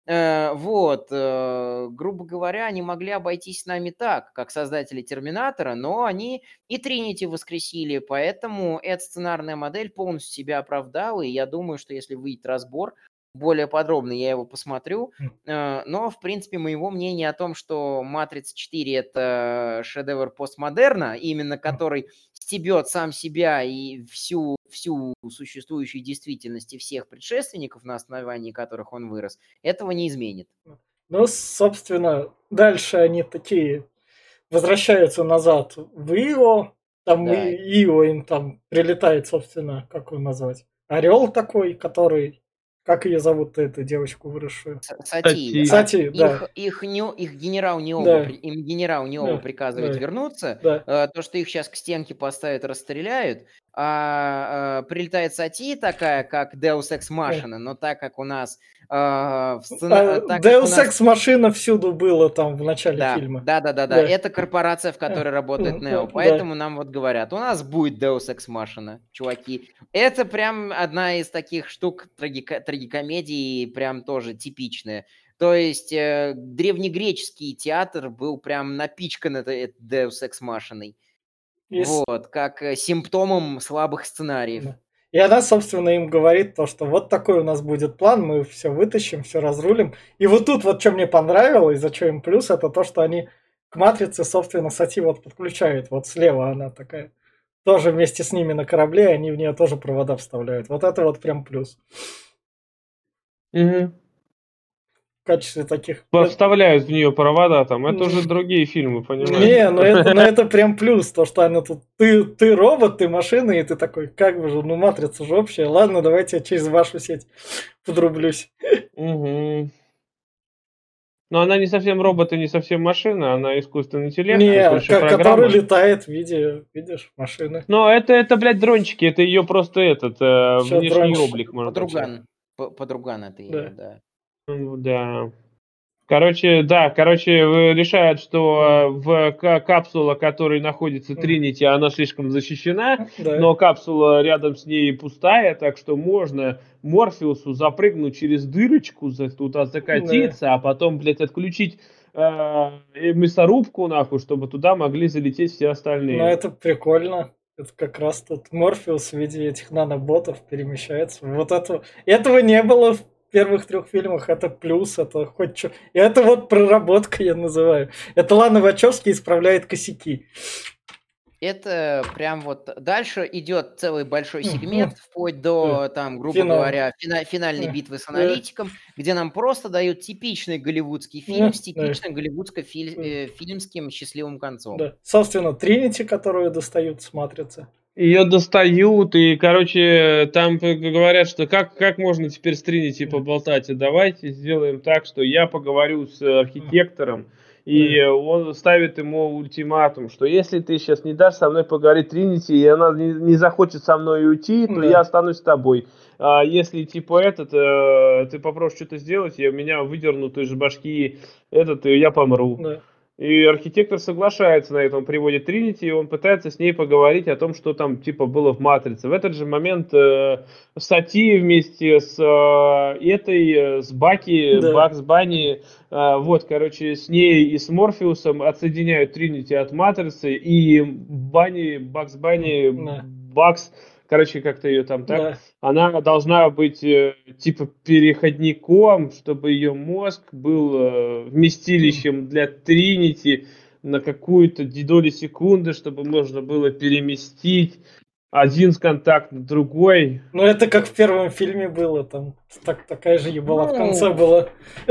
Грубо говоря, они могли обойтись с нами так, как создатели Терминатора, но они и Тринити воскресили, поэтому эта сценарная модель полностью себя оправдала, и я думаю, что если выйдет разбор, более подробно я его посмотрю, но, в принципе, моего мнения о том, что «Матрица 4» — это шедевр постмодерна, именно который стебет сам себя и всю существующую действительность и всех предшественников, на основании которых он вырос, этого не изменит. Ну, собственно, дальше они такие возвращаются назад в Ио, там Да. Ио им там прилетает, собственно, как его назвать, орел такой, который, как ее зовут, эту девочку выросшую? Сати. Сати, да. Их генерал Необа, Да. им генерал Необа Да, приказывает да, вернуться. да. То, что их сейчас к стенке поставят, расстреляют. Прилетает Сати такая, как Deus Ex Machina, но так как у нас Deus Ex Machina всюду было там в начале фильма. Да. Это корпорация, в которой работает Нео. Поэтому нам вот говорят, у нас будет Deus Ex Machina, чуваки. Это прям одна из таких штук трагикомедии, прям тоже типичная. То есть древнегреческий театр был прям напичкан этой Deus Ex Machina. Вот, как симптомом слабых сценариев. И она, собственно, им говорит то, что вот такой у нас будет план, мы все вытащим, все разрулим. И вот тут вот что мне понравилось, за что им плюс, это то, что они к матрице, собственно, Сати вот подключают. Вот слева она такая. Тоже вместе с ними на корабле, они в нее тоже провода вставляют. Вот это вот прям плюс. Угу. В качестве таких... Вставляют в нее провода там. Это уже другие фильмы, понимаешь? Не, но это прям плюс. То, что она тут... Ты робот, ты машина, и ты такой, как бы же, ну матрица же общая. Ладно, давайте я через вашу сеть подрублюсь. Угу. Но она не совсем робот и не совсем машина, она искусственный интеллект. Не, который летает в виде, видишь, машины. Но это, блядь, дрончики, это ее просто внешний облик, можно сказать. Подруган это ее, да. Да. Короче, решают, что в капсула, которой находится Тринити, она слишком защищена, но капсула рядом с ней пустая, так что можно Морфеусу запрыгнуть через дырочку, туда закатиться, а потом, блядь, отключить мясорубку, нахуй, чтобы туда могли залететь все остальные. Ну, это прикольно. Это как раз тут Морфеус в виде этих наноботов перемещается. Вот этого не было в первых 3 фильмах. Это плюс, это хоть что. И это вот проработка, я называю. Это Лана Вачовски исправляет косяки. Это прям вот... Дальше идет целый большой сегмент, вплоть до, там, грубо говоря, финальной битвы с аналитиком, где нам просто дают типичный голливудский фильм с типичным голливудско-фильмским счастливым концом. Да. Собственно, Тринити, которую достают с матрицы. Ее достают, и, короче, там говорят, что как можно теперь с Тринити поболтать, и давайте сделаем так, что я поговорю с архитектором, и он ставит ему ультиматум, что если ты сейчас не дашь со мной поговорить Тринити, и она не захочет со мной уйти, то я останусь с тобой. А если типа ты попросишь что-то сделать, меня выдернут из башки и я помру. И архитектор соглашается на это, он приводит Тринити, и он пытается с ней поговорить о том, что там типа было в «Матрице». В этот же момент Сати вместе с с Да. Бакс Банни, вот, короче, с ней и с Морфеусом отсоединяют Тринити от «Матрицы», и Бакс Банни, Да. Бакс, короче, как-то ее там так, Да. она должна быть типа переходником, чтобы ее мозг был вместилищем для Тринити на какую-то долю секунды, чтобы можно было переместить один контакт на другой. Ну, это как в первом фильме было, там такая же ебала в конце Ну, была.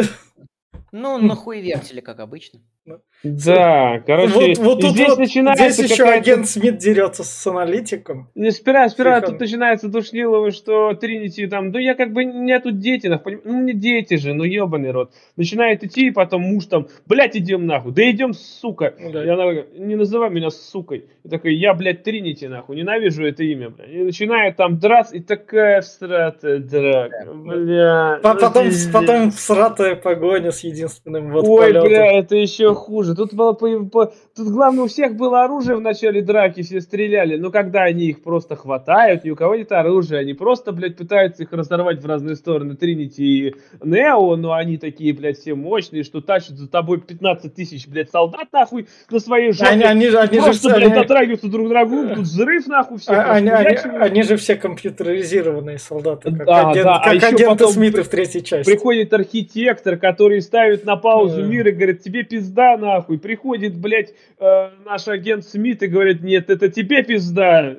нахуй вертели, как обычно. Да, короче, Вот и тут здесь вот, здесь начинается еще какая-то... агент Смит дерется с аналитиком. Спира, тут Психон. начинается душнилово, что Тринити там, да я как бы, меня тут дети, ну не дети же, ну ебаный рот. Начинает идти, и потом муж там, блядь, идем нахуй, да идем, сука. Да. И она говорит, не называй меня сукой. И такой, я, блядь, Тринити нахуй, ненавижу это имя, блядь. И начинает там драться, и такая всратая драка, бля. Потом всратая погоня с единственным вот Ой, полетом. бля, это еще хуже. Тут главное, у всех было оружие в начале драки, все стреляли. Но когда они их просто хватают, ни у кого нет оружия, они просто, блядь, пытаются их разорвать в разные стороны. Тринити и Нео, но они такие, блядь, все мощные, что тащат за тобой 15 тысяч, блядь, солдат, нахуй, на своей жопе. Они Просто, же, блядь, дотрагиваются друг к другу, тут взрыв, нахуй, всех расхуячивают. они же все компьютеризированные солдаты, Да, а как еще агенты потом Смита в третьей части. приходит архитектор, который ставит на паузу мир и говорит, тебе пизда нахуй. Приходит, блядь, наш агент Смит и говорит, нет, это тебе пизда.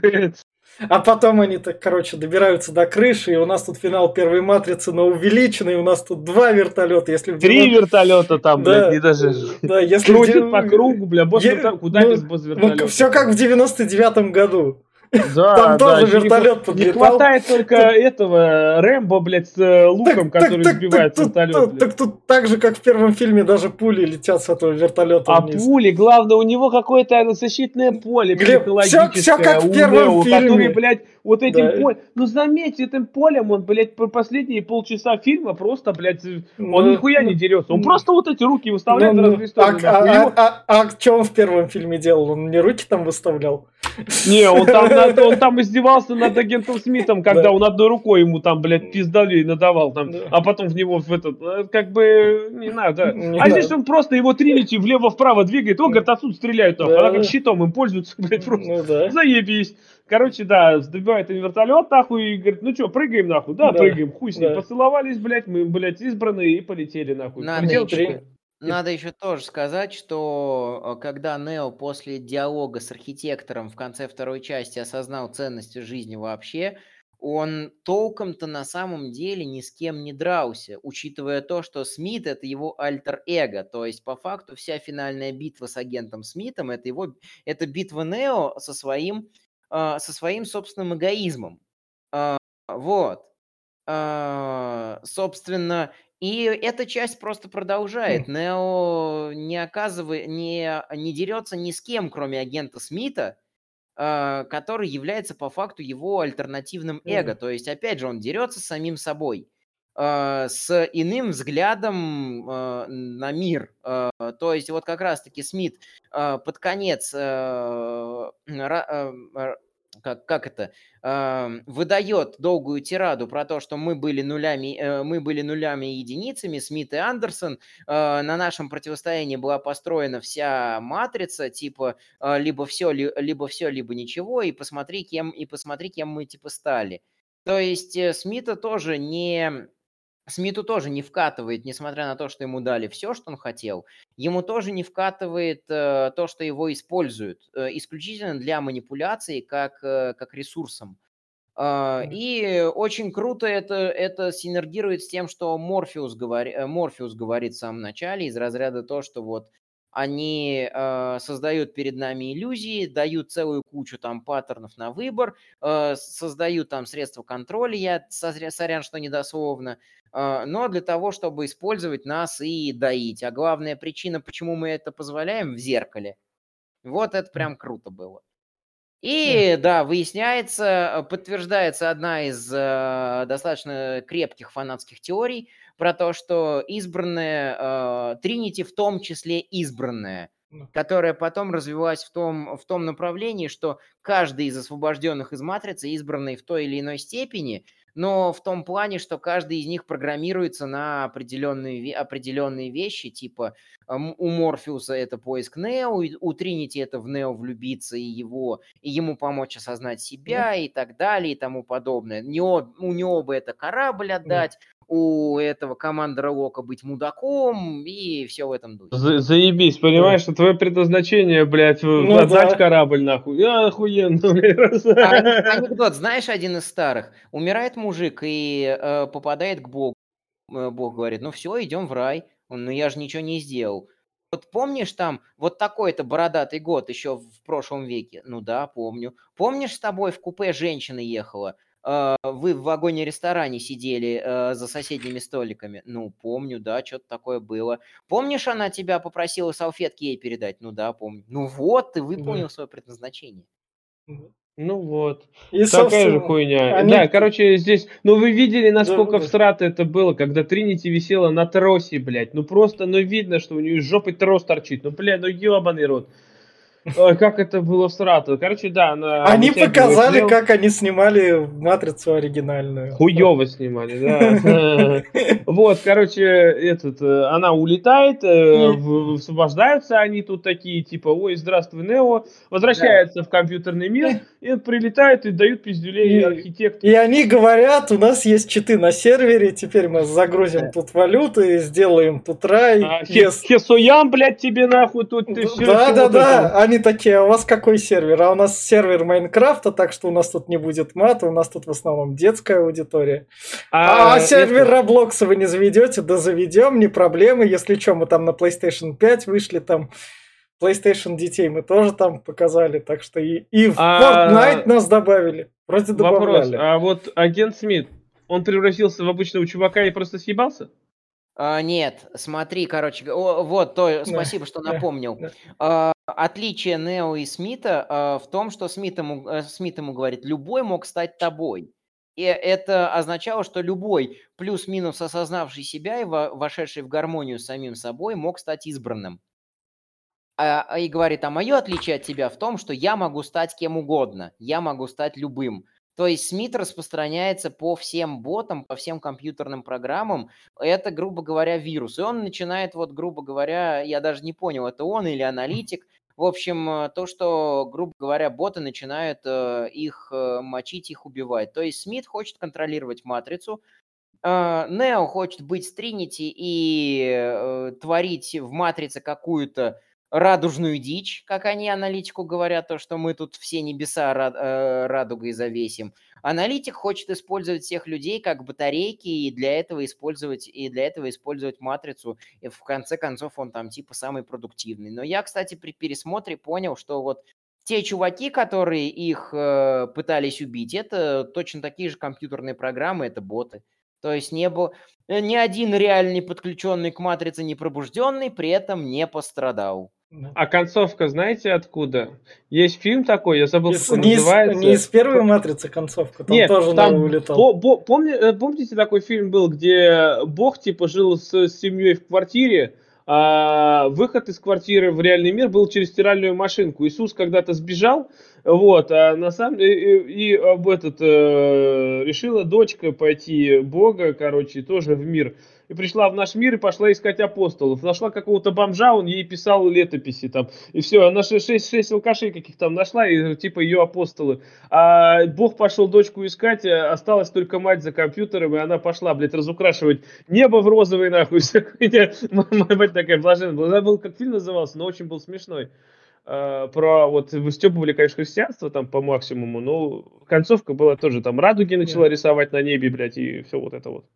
А потом они так, короче, добираются до крыши, и у нас тут финал первой матрицы, но увеличенный, у нас тут 2 вертолета, если в 3 вертолета там, блядь, не даже... Да, если Крутит по кругу, бля, куда без вертолета? Все как в 99-м году. Да, Там тоже еще вертолет не подлетал. хватает только этого Рэмбо, блядь, с луком, который сбивает вертолет, блядь. Так тут так же, как в первом фильме, даже пули летят с этого вертолета вниз. Пули, главное, у него какое-то защитное поле Глеб, психологическое всё как в первом Нео, фильме. который, блядь, вот этим Да. полем... Ну, заметьте, этим полем он, блядь, по последние полчаса фильма просто, блядь, он нихуя не дерется. Он просто вот эти руки выставляет в разные стороны. А что он в первом фильме делал? Он не руки там выставлял? Не, он там издевался над агентом Смитом, когда он одной рукой ему там, блядь, пиздали надавал там, а потом в него в этот, как бы, не надо. Здесь он просто его Тринити влево-вправо двигает, он говорит, отсюда стреляют, нахуй. Она как щитом им пользуется, блядь, просто. Заебись. Короче, да, сбивает им вертолет, нахуй, и говорит, ну что, прыгаем, нахуй? Да, прыгаем, хуй с ним. Поцеловались, блядь, мы, блядь, избранные, и полетели, нахуй. Надо еще тоже сказать, что когда Нео после диалога с архитектором в конце второй части осознал ценность жизни вообще, он толком-то на самом деле ни с кем не дрался, учитывая то, что Смит — это его альтер-эго. То есть, по факту, вся финальная битва с агентом Смитом — это битва Нео со своим собственным эгоизмом. Вот. Собственно, и эта часть просто продолжает. Нео не дерется ни с кем, кроме агента Смита, который является по факту его альтернативным эго. То есть, опять же, он дерется с самим собой, с иным взглядом на мир. То есть, вот как раз-таки Смит под конец выдает долгую тираду про то, что мы были нулями и единицами, Смит и Андерсон. На нашем противостоянии была построена вся матрица, типа либо все, либо ничего, и посмотри, кем мы типа стали. То есть Смиту тоже не вкатывает, несмотря на то, что ему дали все, что он хотел, ему тоже не вкатывает то, что его используют исключительно для манипуляции как ресурсом. И очень круто это синергирует с тем, что Морфеус говорит в самом начале, из разряда то, что вот они создают перед нами иллюзии, дают целую кучу там паттернов на выбор, создают там средства контроля, я сорян, что недословно, но для того, чтобы использовать нас и доить. А главная причина, почему мы это позволяем, в зеркале. Вот это прям круто было. И да, выясняется, подтверждается одна из достаточно крепких фанатских теорий про то, что избранная, Тринити в том числе избранная, Да. которая потом развивалась в том направлении, что каждый из освобожденных из Матрицы избранный в той или иной степени, но в том плане, что каждый из них программируется на определенные вещи, типа у Морфеуса это поиск Нео, у Тринити это в Нео влюбиться и ему помочь осознать себя и так далее и тому подобное. У него бы это корабль отдать, у этого командора Лока быть мудаком и все в этом духе. Заебись, понимаешь, что твое предназначение, блядь, отдать корабль, нахуй. Я охуенно. Анекдот, знаешь, один из старых. Умирает мужик и попадает к Богу. Бог говорит, ну все, идем в рай. Он, ну я же ничего не сделал. Вот помнишь там вот такой-то бородатый год еще в прошлом веке? Ну да, помню. Помнишь, с тобой в купе женщина ехала? Вы в вагоне-ресторане сидели за соседними столиками? Ну, помню, да, что-то такое было. Помнишь, она тебя попросила салфетки ей передать? Ну да, помню. Ну вот, ты выполнил свое предназначение. Ну вот. И, Такая же хуйня. Да, короче, здесь... Ну, вы видели, насколько всрато это было, когда Тринити висела на тросе, блядь. Ну, просто, ну, видно, что у нее из жопы трос торчит. Ну, блядь, ну, ебаный рот. Ой, как это было всрато. Короче, да, она... Они показали, как они снимали «Матрицу» оригинальную. Хуёво снимали, да. Вот, короче, она улетает, освобождаются они тут такие, типа, ой, здравствуй, Нео, возвращается в компьютерный мир, и прилетают и дают пиздюлей архитектору. И они говорят, у нас есть читы на сервере, теперь мы загрузим тут валюты, сделаем тут рай. Хесоям, блядь, тебе нахуй тут. Да, они такие, а у вас какой сервер? А у нас сервер Майнкрафта, так что у нас тут не будет мата, у нас тут в основном детская аудитория. А сервер Роблокса вы не заведете? Да заведем, не проблема. Если что, мы там на PlayStation 5 вышли, там PlayStation детей мы тоже там показали, так что и в Fortnite нас добавили. Вроде добавляли. Вопрос, а вот агент Смит, он превратился в обычного чувака и просто съебался? Нет, смотри, короче, спасибо, что напомнил. Отличие Нео и Смита в том, что Смит ему говорит, любой мог стать тобой. И это означало, что любой плюс-минус осознавший себя и вошедший в гармонию с самим собой мог стать избранным. И говорит, а мое отличие от тебя в том, что я могу стать кем угодно, я могу стать любым. То есть Смит распространяется по всем ботам, по всем компьютерным программам. Это, грубо говоря, вирус. И он начинает, вот, грубо говоря, я даже не понял, это он или аналитик. В общем, то, что, грубо говоря, боты начинают их мочить, их убивать. То есть Смит хочет контролировать матрицу. Нео хочет быть с Тринити и творить в матрице какую-то радужную дичь, как они аналитику говорят, то, что мы тут все небеса радугой завесим. Аналитик хочет использовать всех людей как батарейки и для этого использовать матрицу. И в конце концов он там типа самый продуктивный. Но я, кстати, при пересмотре понял, что вот те чуваки, которые их пытались убить, это точно такие же компьютерные программы, это боты. То есть ни один реально подключенный к матрице непробужденный при этом не пострадал. А концовка знаете откуда? Есть фильм такой, я забыл, как он называется. Не из первой «Матрицы» концовка, там тоже Нео улетал. Помните, такой фильм был, где Бог типа жил с семьей в квартире, а выход из квартиры в реальный мир был через стиральную машинку. Иисус когда-то сбежал, вот, а на самом деле решила дочка пойти Бога, короче, тоже в мир. И пришла в наш мир и пошла искать апостолов. Нашла какого-то бомжа, он ей писал летописи там. И все, она 6 алкашей каких там нашла, и типа ее апостолы. А Бог пошел дочку искать, осталась только мать за компьютером, и она пошла, блядь, разукрашивать небо в розовый, нахуй. Моя мать такая блаженная была. Забыл, как фильм назывался, но очень был смешной. Про вот выстебывали, конечно, христианство там по максимуму, но концовка была тоже там радуги начала рисовать на небе, блядь, и все вот это вот.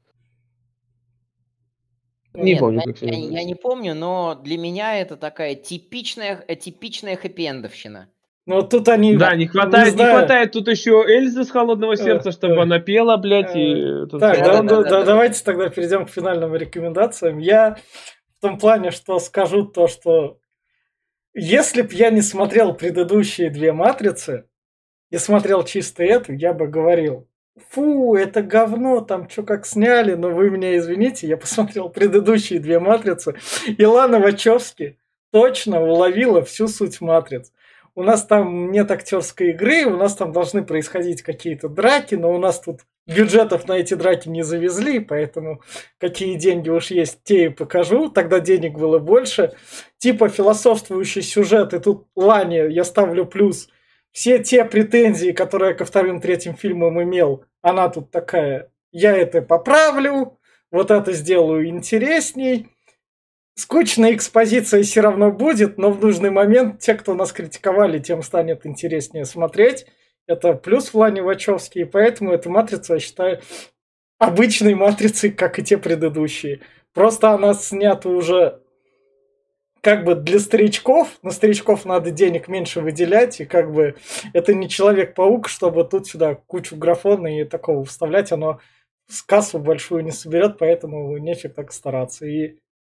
Не помню, как я не помню, но для меня это такая типичная хэппи-эндовщина. Ну тут они... Да, не хватает тут еще Эльзы с «Холодного сердца», чтобы она пела, блядь. Давайте тогда перейдем к финальным рекомендациям. Я в том плане, что скажу то, что если б я не смотрел предыдущие две «Матрицы», и смотрел чисто эту, я бы говорил: фу, это говно, там что как сняли, но вы меня извините, я посмотрел предыдущие две «Матрицы», и Лана Вачовски точно уловила всю суть «Матриц». У нас там нет актерской игры, у нас там должны происходить какие-то драки, но у нас тут бюджетов на эти драки не завезли, поэтому какие деньги уж есть, те и покажу. Тогда денег было больше. Типа философствующий сюжет, и тут Лане я ставлю плюс. Все те претензии, которые я ко вторым, третьим фильмам имел, она тут такая: я это поправлю, вот это сделаю интересней. Скучная экспозиция все равно будет, но в нужный момент те, кто нас критиковали, тем станет интереснее смотреть. Это плюс в Лане Вачовски, и поэтому эту матрицу я считаю обычной матрицей, как и те предыдущие. Просто она снята уже как бы для старичков, на старичков надо денег меньше выделять, и как бы это не Человек-паук, чтобы тут сюда кучу графона и такого вставлять, оно с кассу большую не соберет, поэтому нефиг так стараться. И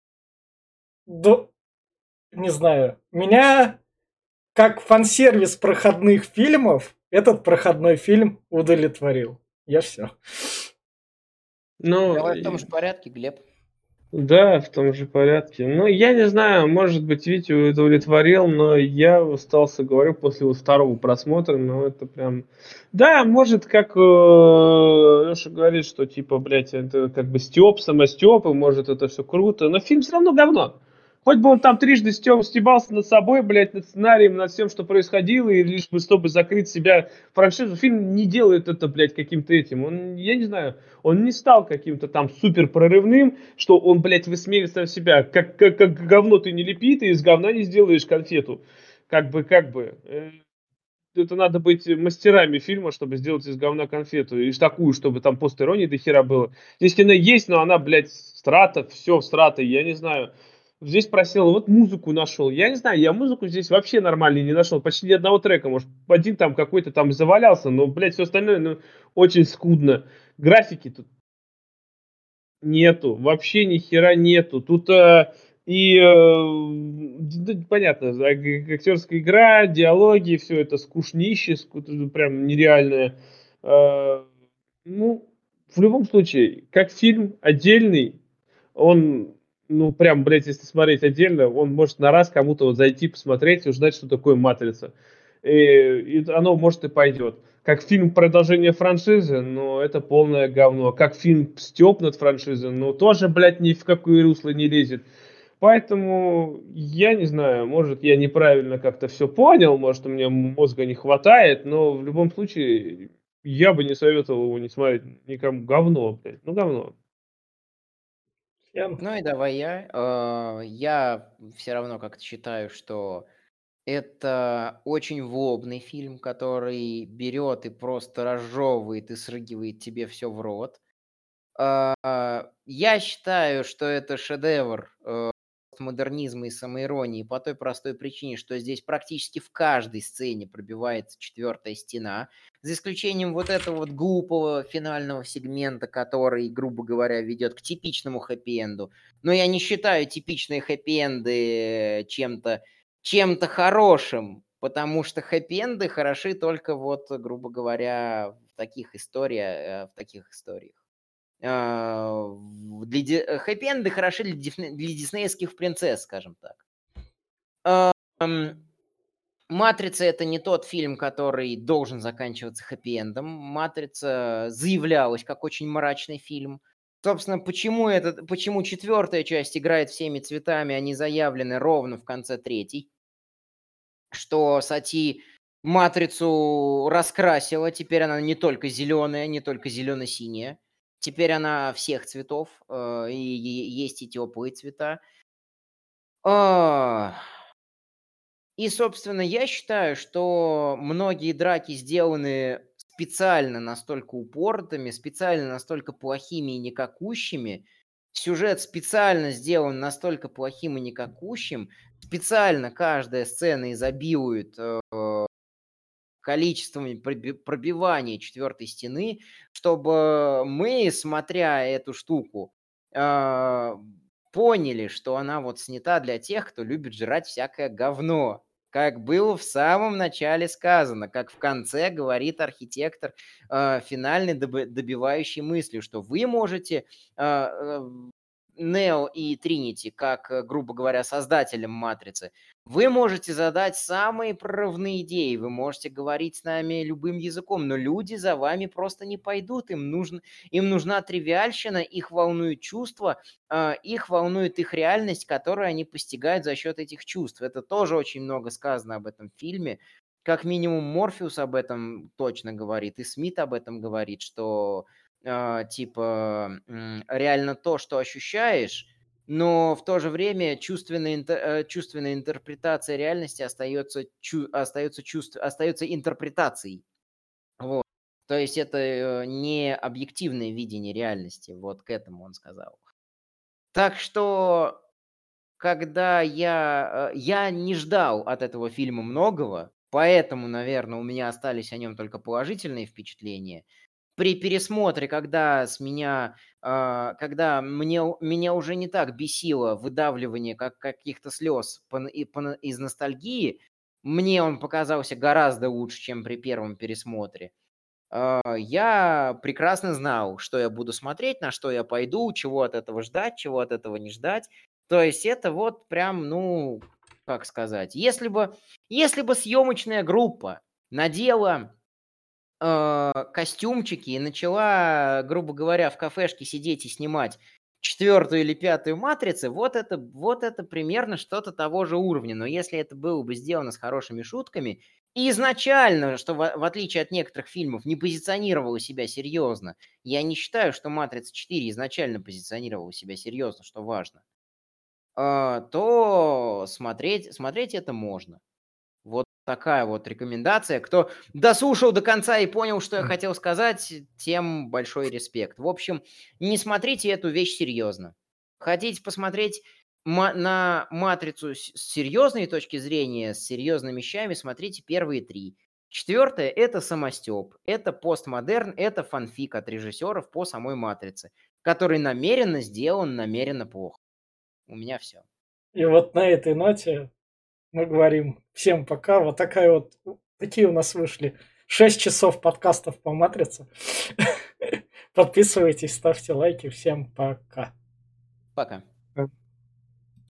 не знаю, меня как фан-сервис проходных фильмов этот проходной фильм удовлетворил. Я все. Ну, Давай в том же порядке, Глеб. да, в том же порядке. Ну, я не знаю, может быть, Витю удовлетворил, но я остался, говорю, после вот второго просмотра, но это прям... Да, может, как Леша говорит, что типа, блядь, это как бы стёб, самостёб, и может это все круто, но фильм все равно говно. Хоть бы он там трижды стебался над собой, блядь, над сценарием, над всем, что происходило, и лишь бы, чтобы закрыть себя франшизу. Фильм не делает это, блядь, каким-то этим. Он, я не знаю, он не стал каким-то там супер прорывным, что он, блядь, высмеивает сам себя. Как говно ты не лепи, ты из говна не сделаешь конфету. Как бы. Это надо быть мастерами фильма, чтобы сделать из говна конфету. И такую, чтобы там пост-иронии до хера было. Здесь она есть, но она, блядь, страта, все в страта, я не знаю. Здесь просел, вот музыку нашел. Я не знаю, я музыку здесь вообще нормально не нашел. Почти ни одного трека. Может, один там какой-то там завалялся, но, блядь, все остальное, ну, очень скудно. Графики тут нету, вообще ни хера нету. Тут понятно, актерская игра, диалоги, все это скучнище, прям нереальное. Э, ну, в любом случае, как фильм отдельный, он, ну, прям, блядь, если смотреть отдельно, он может на раз кому-то вот зайти, посмотреть и узнать, что такое «Матрица». И оно, может, и пойдет. Как фильм продолжение франшизы, но это полное говно. Как фильм стёб над франшизой, но тоже, блядь, ни в какое русло не лезет. Поэтому, я не знаю, может, я неправильно как-то все понял, может, у меня мозга не хватает, но в любом случае, я бы не советовал его не смотреть никому. Говно, блядь, ну говно. Ну и давай я. Я все равно как-то считаю, что это очень злобный фильм, который берет и просто разжевывает и срыгивает тебе все в рот. Я считаю, что это шедевр модернизма и самоиронии по той простой причине, что здесь практически в каждой сцене пробивается четвертая стена, за исключением вот этого вот глупого финального сегмента, который, грубо говоря, ведет к типичному хэппи-энду. Но я не считаю типичные хэппи-энды чем-то хорошим, потому что хэппи-энды хороши только вот, грубо говоря, в таких историях. Хэппи-энды хороши для диснеевских принцесс, скажем так. «Матрица» — это не тот фильм, который должен заканчиваться хэппи-эндом. «Матрица» заявлялась как очень мрачный фильм. Собственно, почему четвертая часть играет всеми цветами, они заявлены ровно в конце третьей, что Сати «Матрицу» раскрасила, теперь она не только зеленая, не только зелено-синяя, теперь она всех цветов, и есть и теплые цвета. А, И, собственно, я считаю, что многие драки сделаны специально настолько упоротыми, специально настолько плохими и никакущими, сюжет специально сделан настолько плохим и никакущим, специально каждая сцена изобилует количеством пробивания четвертой стены, чтобы мы, смотря эту штуку, поняли, что она вот снята для тех, кто любит жрать всякое говно. Как было в самом начале сказано, как в конце говорит архитектор, финальной добивающей мыслью, что вы можете Нео и Тринити, как, грубо говоря, создателям Матрицы, вы можете задать самые прорывные идеи, вы можете говорить с нами любым языком, но люди за вами просто не пойдут, им нужна тривиальщина, их волнуют чувства, их волнует их реальность, которую они постигают за счет этих чувств. Это тоже очень много сказано об этом фильме. Как минимум Морфеус об этом точно говорит, и Смит об этом говорит, что реально то, что ощущаешь, но в то же время чувственная интерпретация реальности остается интерпретацией. Вот. То есть это не объективное видение реальности. Вот к этому он сказал. Так что, когда я не ждал от этого фильма многого, поэтому, наверное, у меня остались о нем только положительные впечатления. При пересмотре, когда меня уже не так бесило выдавливание каких-то слез из ностальгии, мне он показался гораздо лучше, чем при первом пересмотре. Я прекрасно знал, что я буду смотреть, на что я пойду, чего от этого ждать, чего от этого не ждать. То есть это вот прям, ну, как сказать, если бы съемочная группа надела костюмчики и начала, грубо говоря, в кафешке сидеть и снимать 4-ю или 5-ю матрицы, вот это примерно что-то того же уровня. Но если это было бы сделано с хорошими шутками, и изначально, что в отличие от некоторых фильмов, не позиционировало себя серьезно, я не считаю, что «Матрица 4» изначально позиционировала себя серьезно, что важно, то смотреть это можно. Вот такая вот рекомендация. Кто дослушал до конца и понял, что я хотел сказать, тем большой респект. В общем, не смотрите эту вещь серьезно. Хотите посмотреть на «Матрицу» с серьезной точки зрения, с серьезными вещами, смотрите первые 3. 4 – это самостёб, это постмодерн, это фанфик от режиссеров по самой «Матрице», который намеренно сделан, намеренно плохо. У меня все. И вот на этой ноте мы говорим всем пока. Вот такие у нас вышли 6 часов подкастов по «Матрице». Подписывайтесь, ставьте лайки. Всем пока. Пока.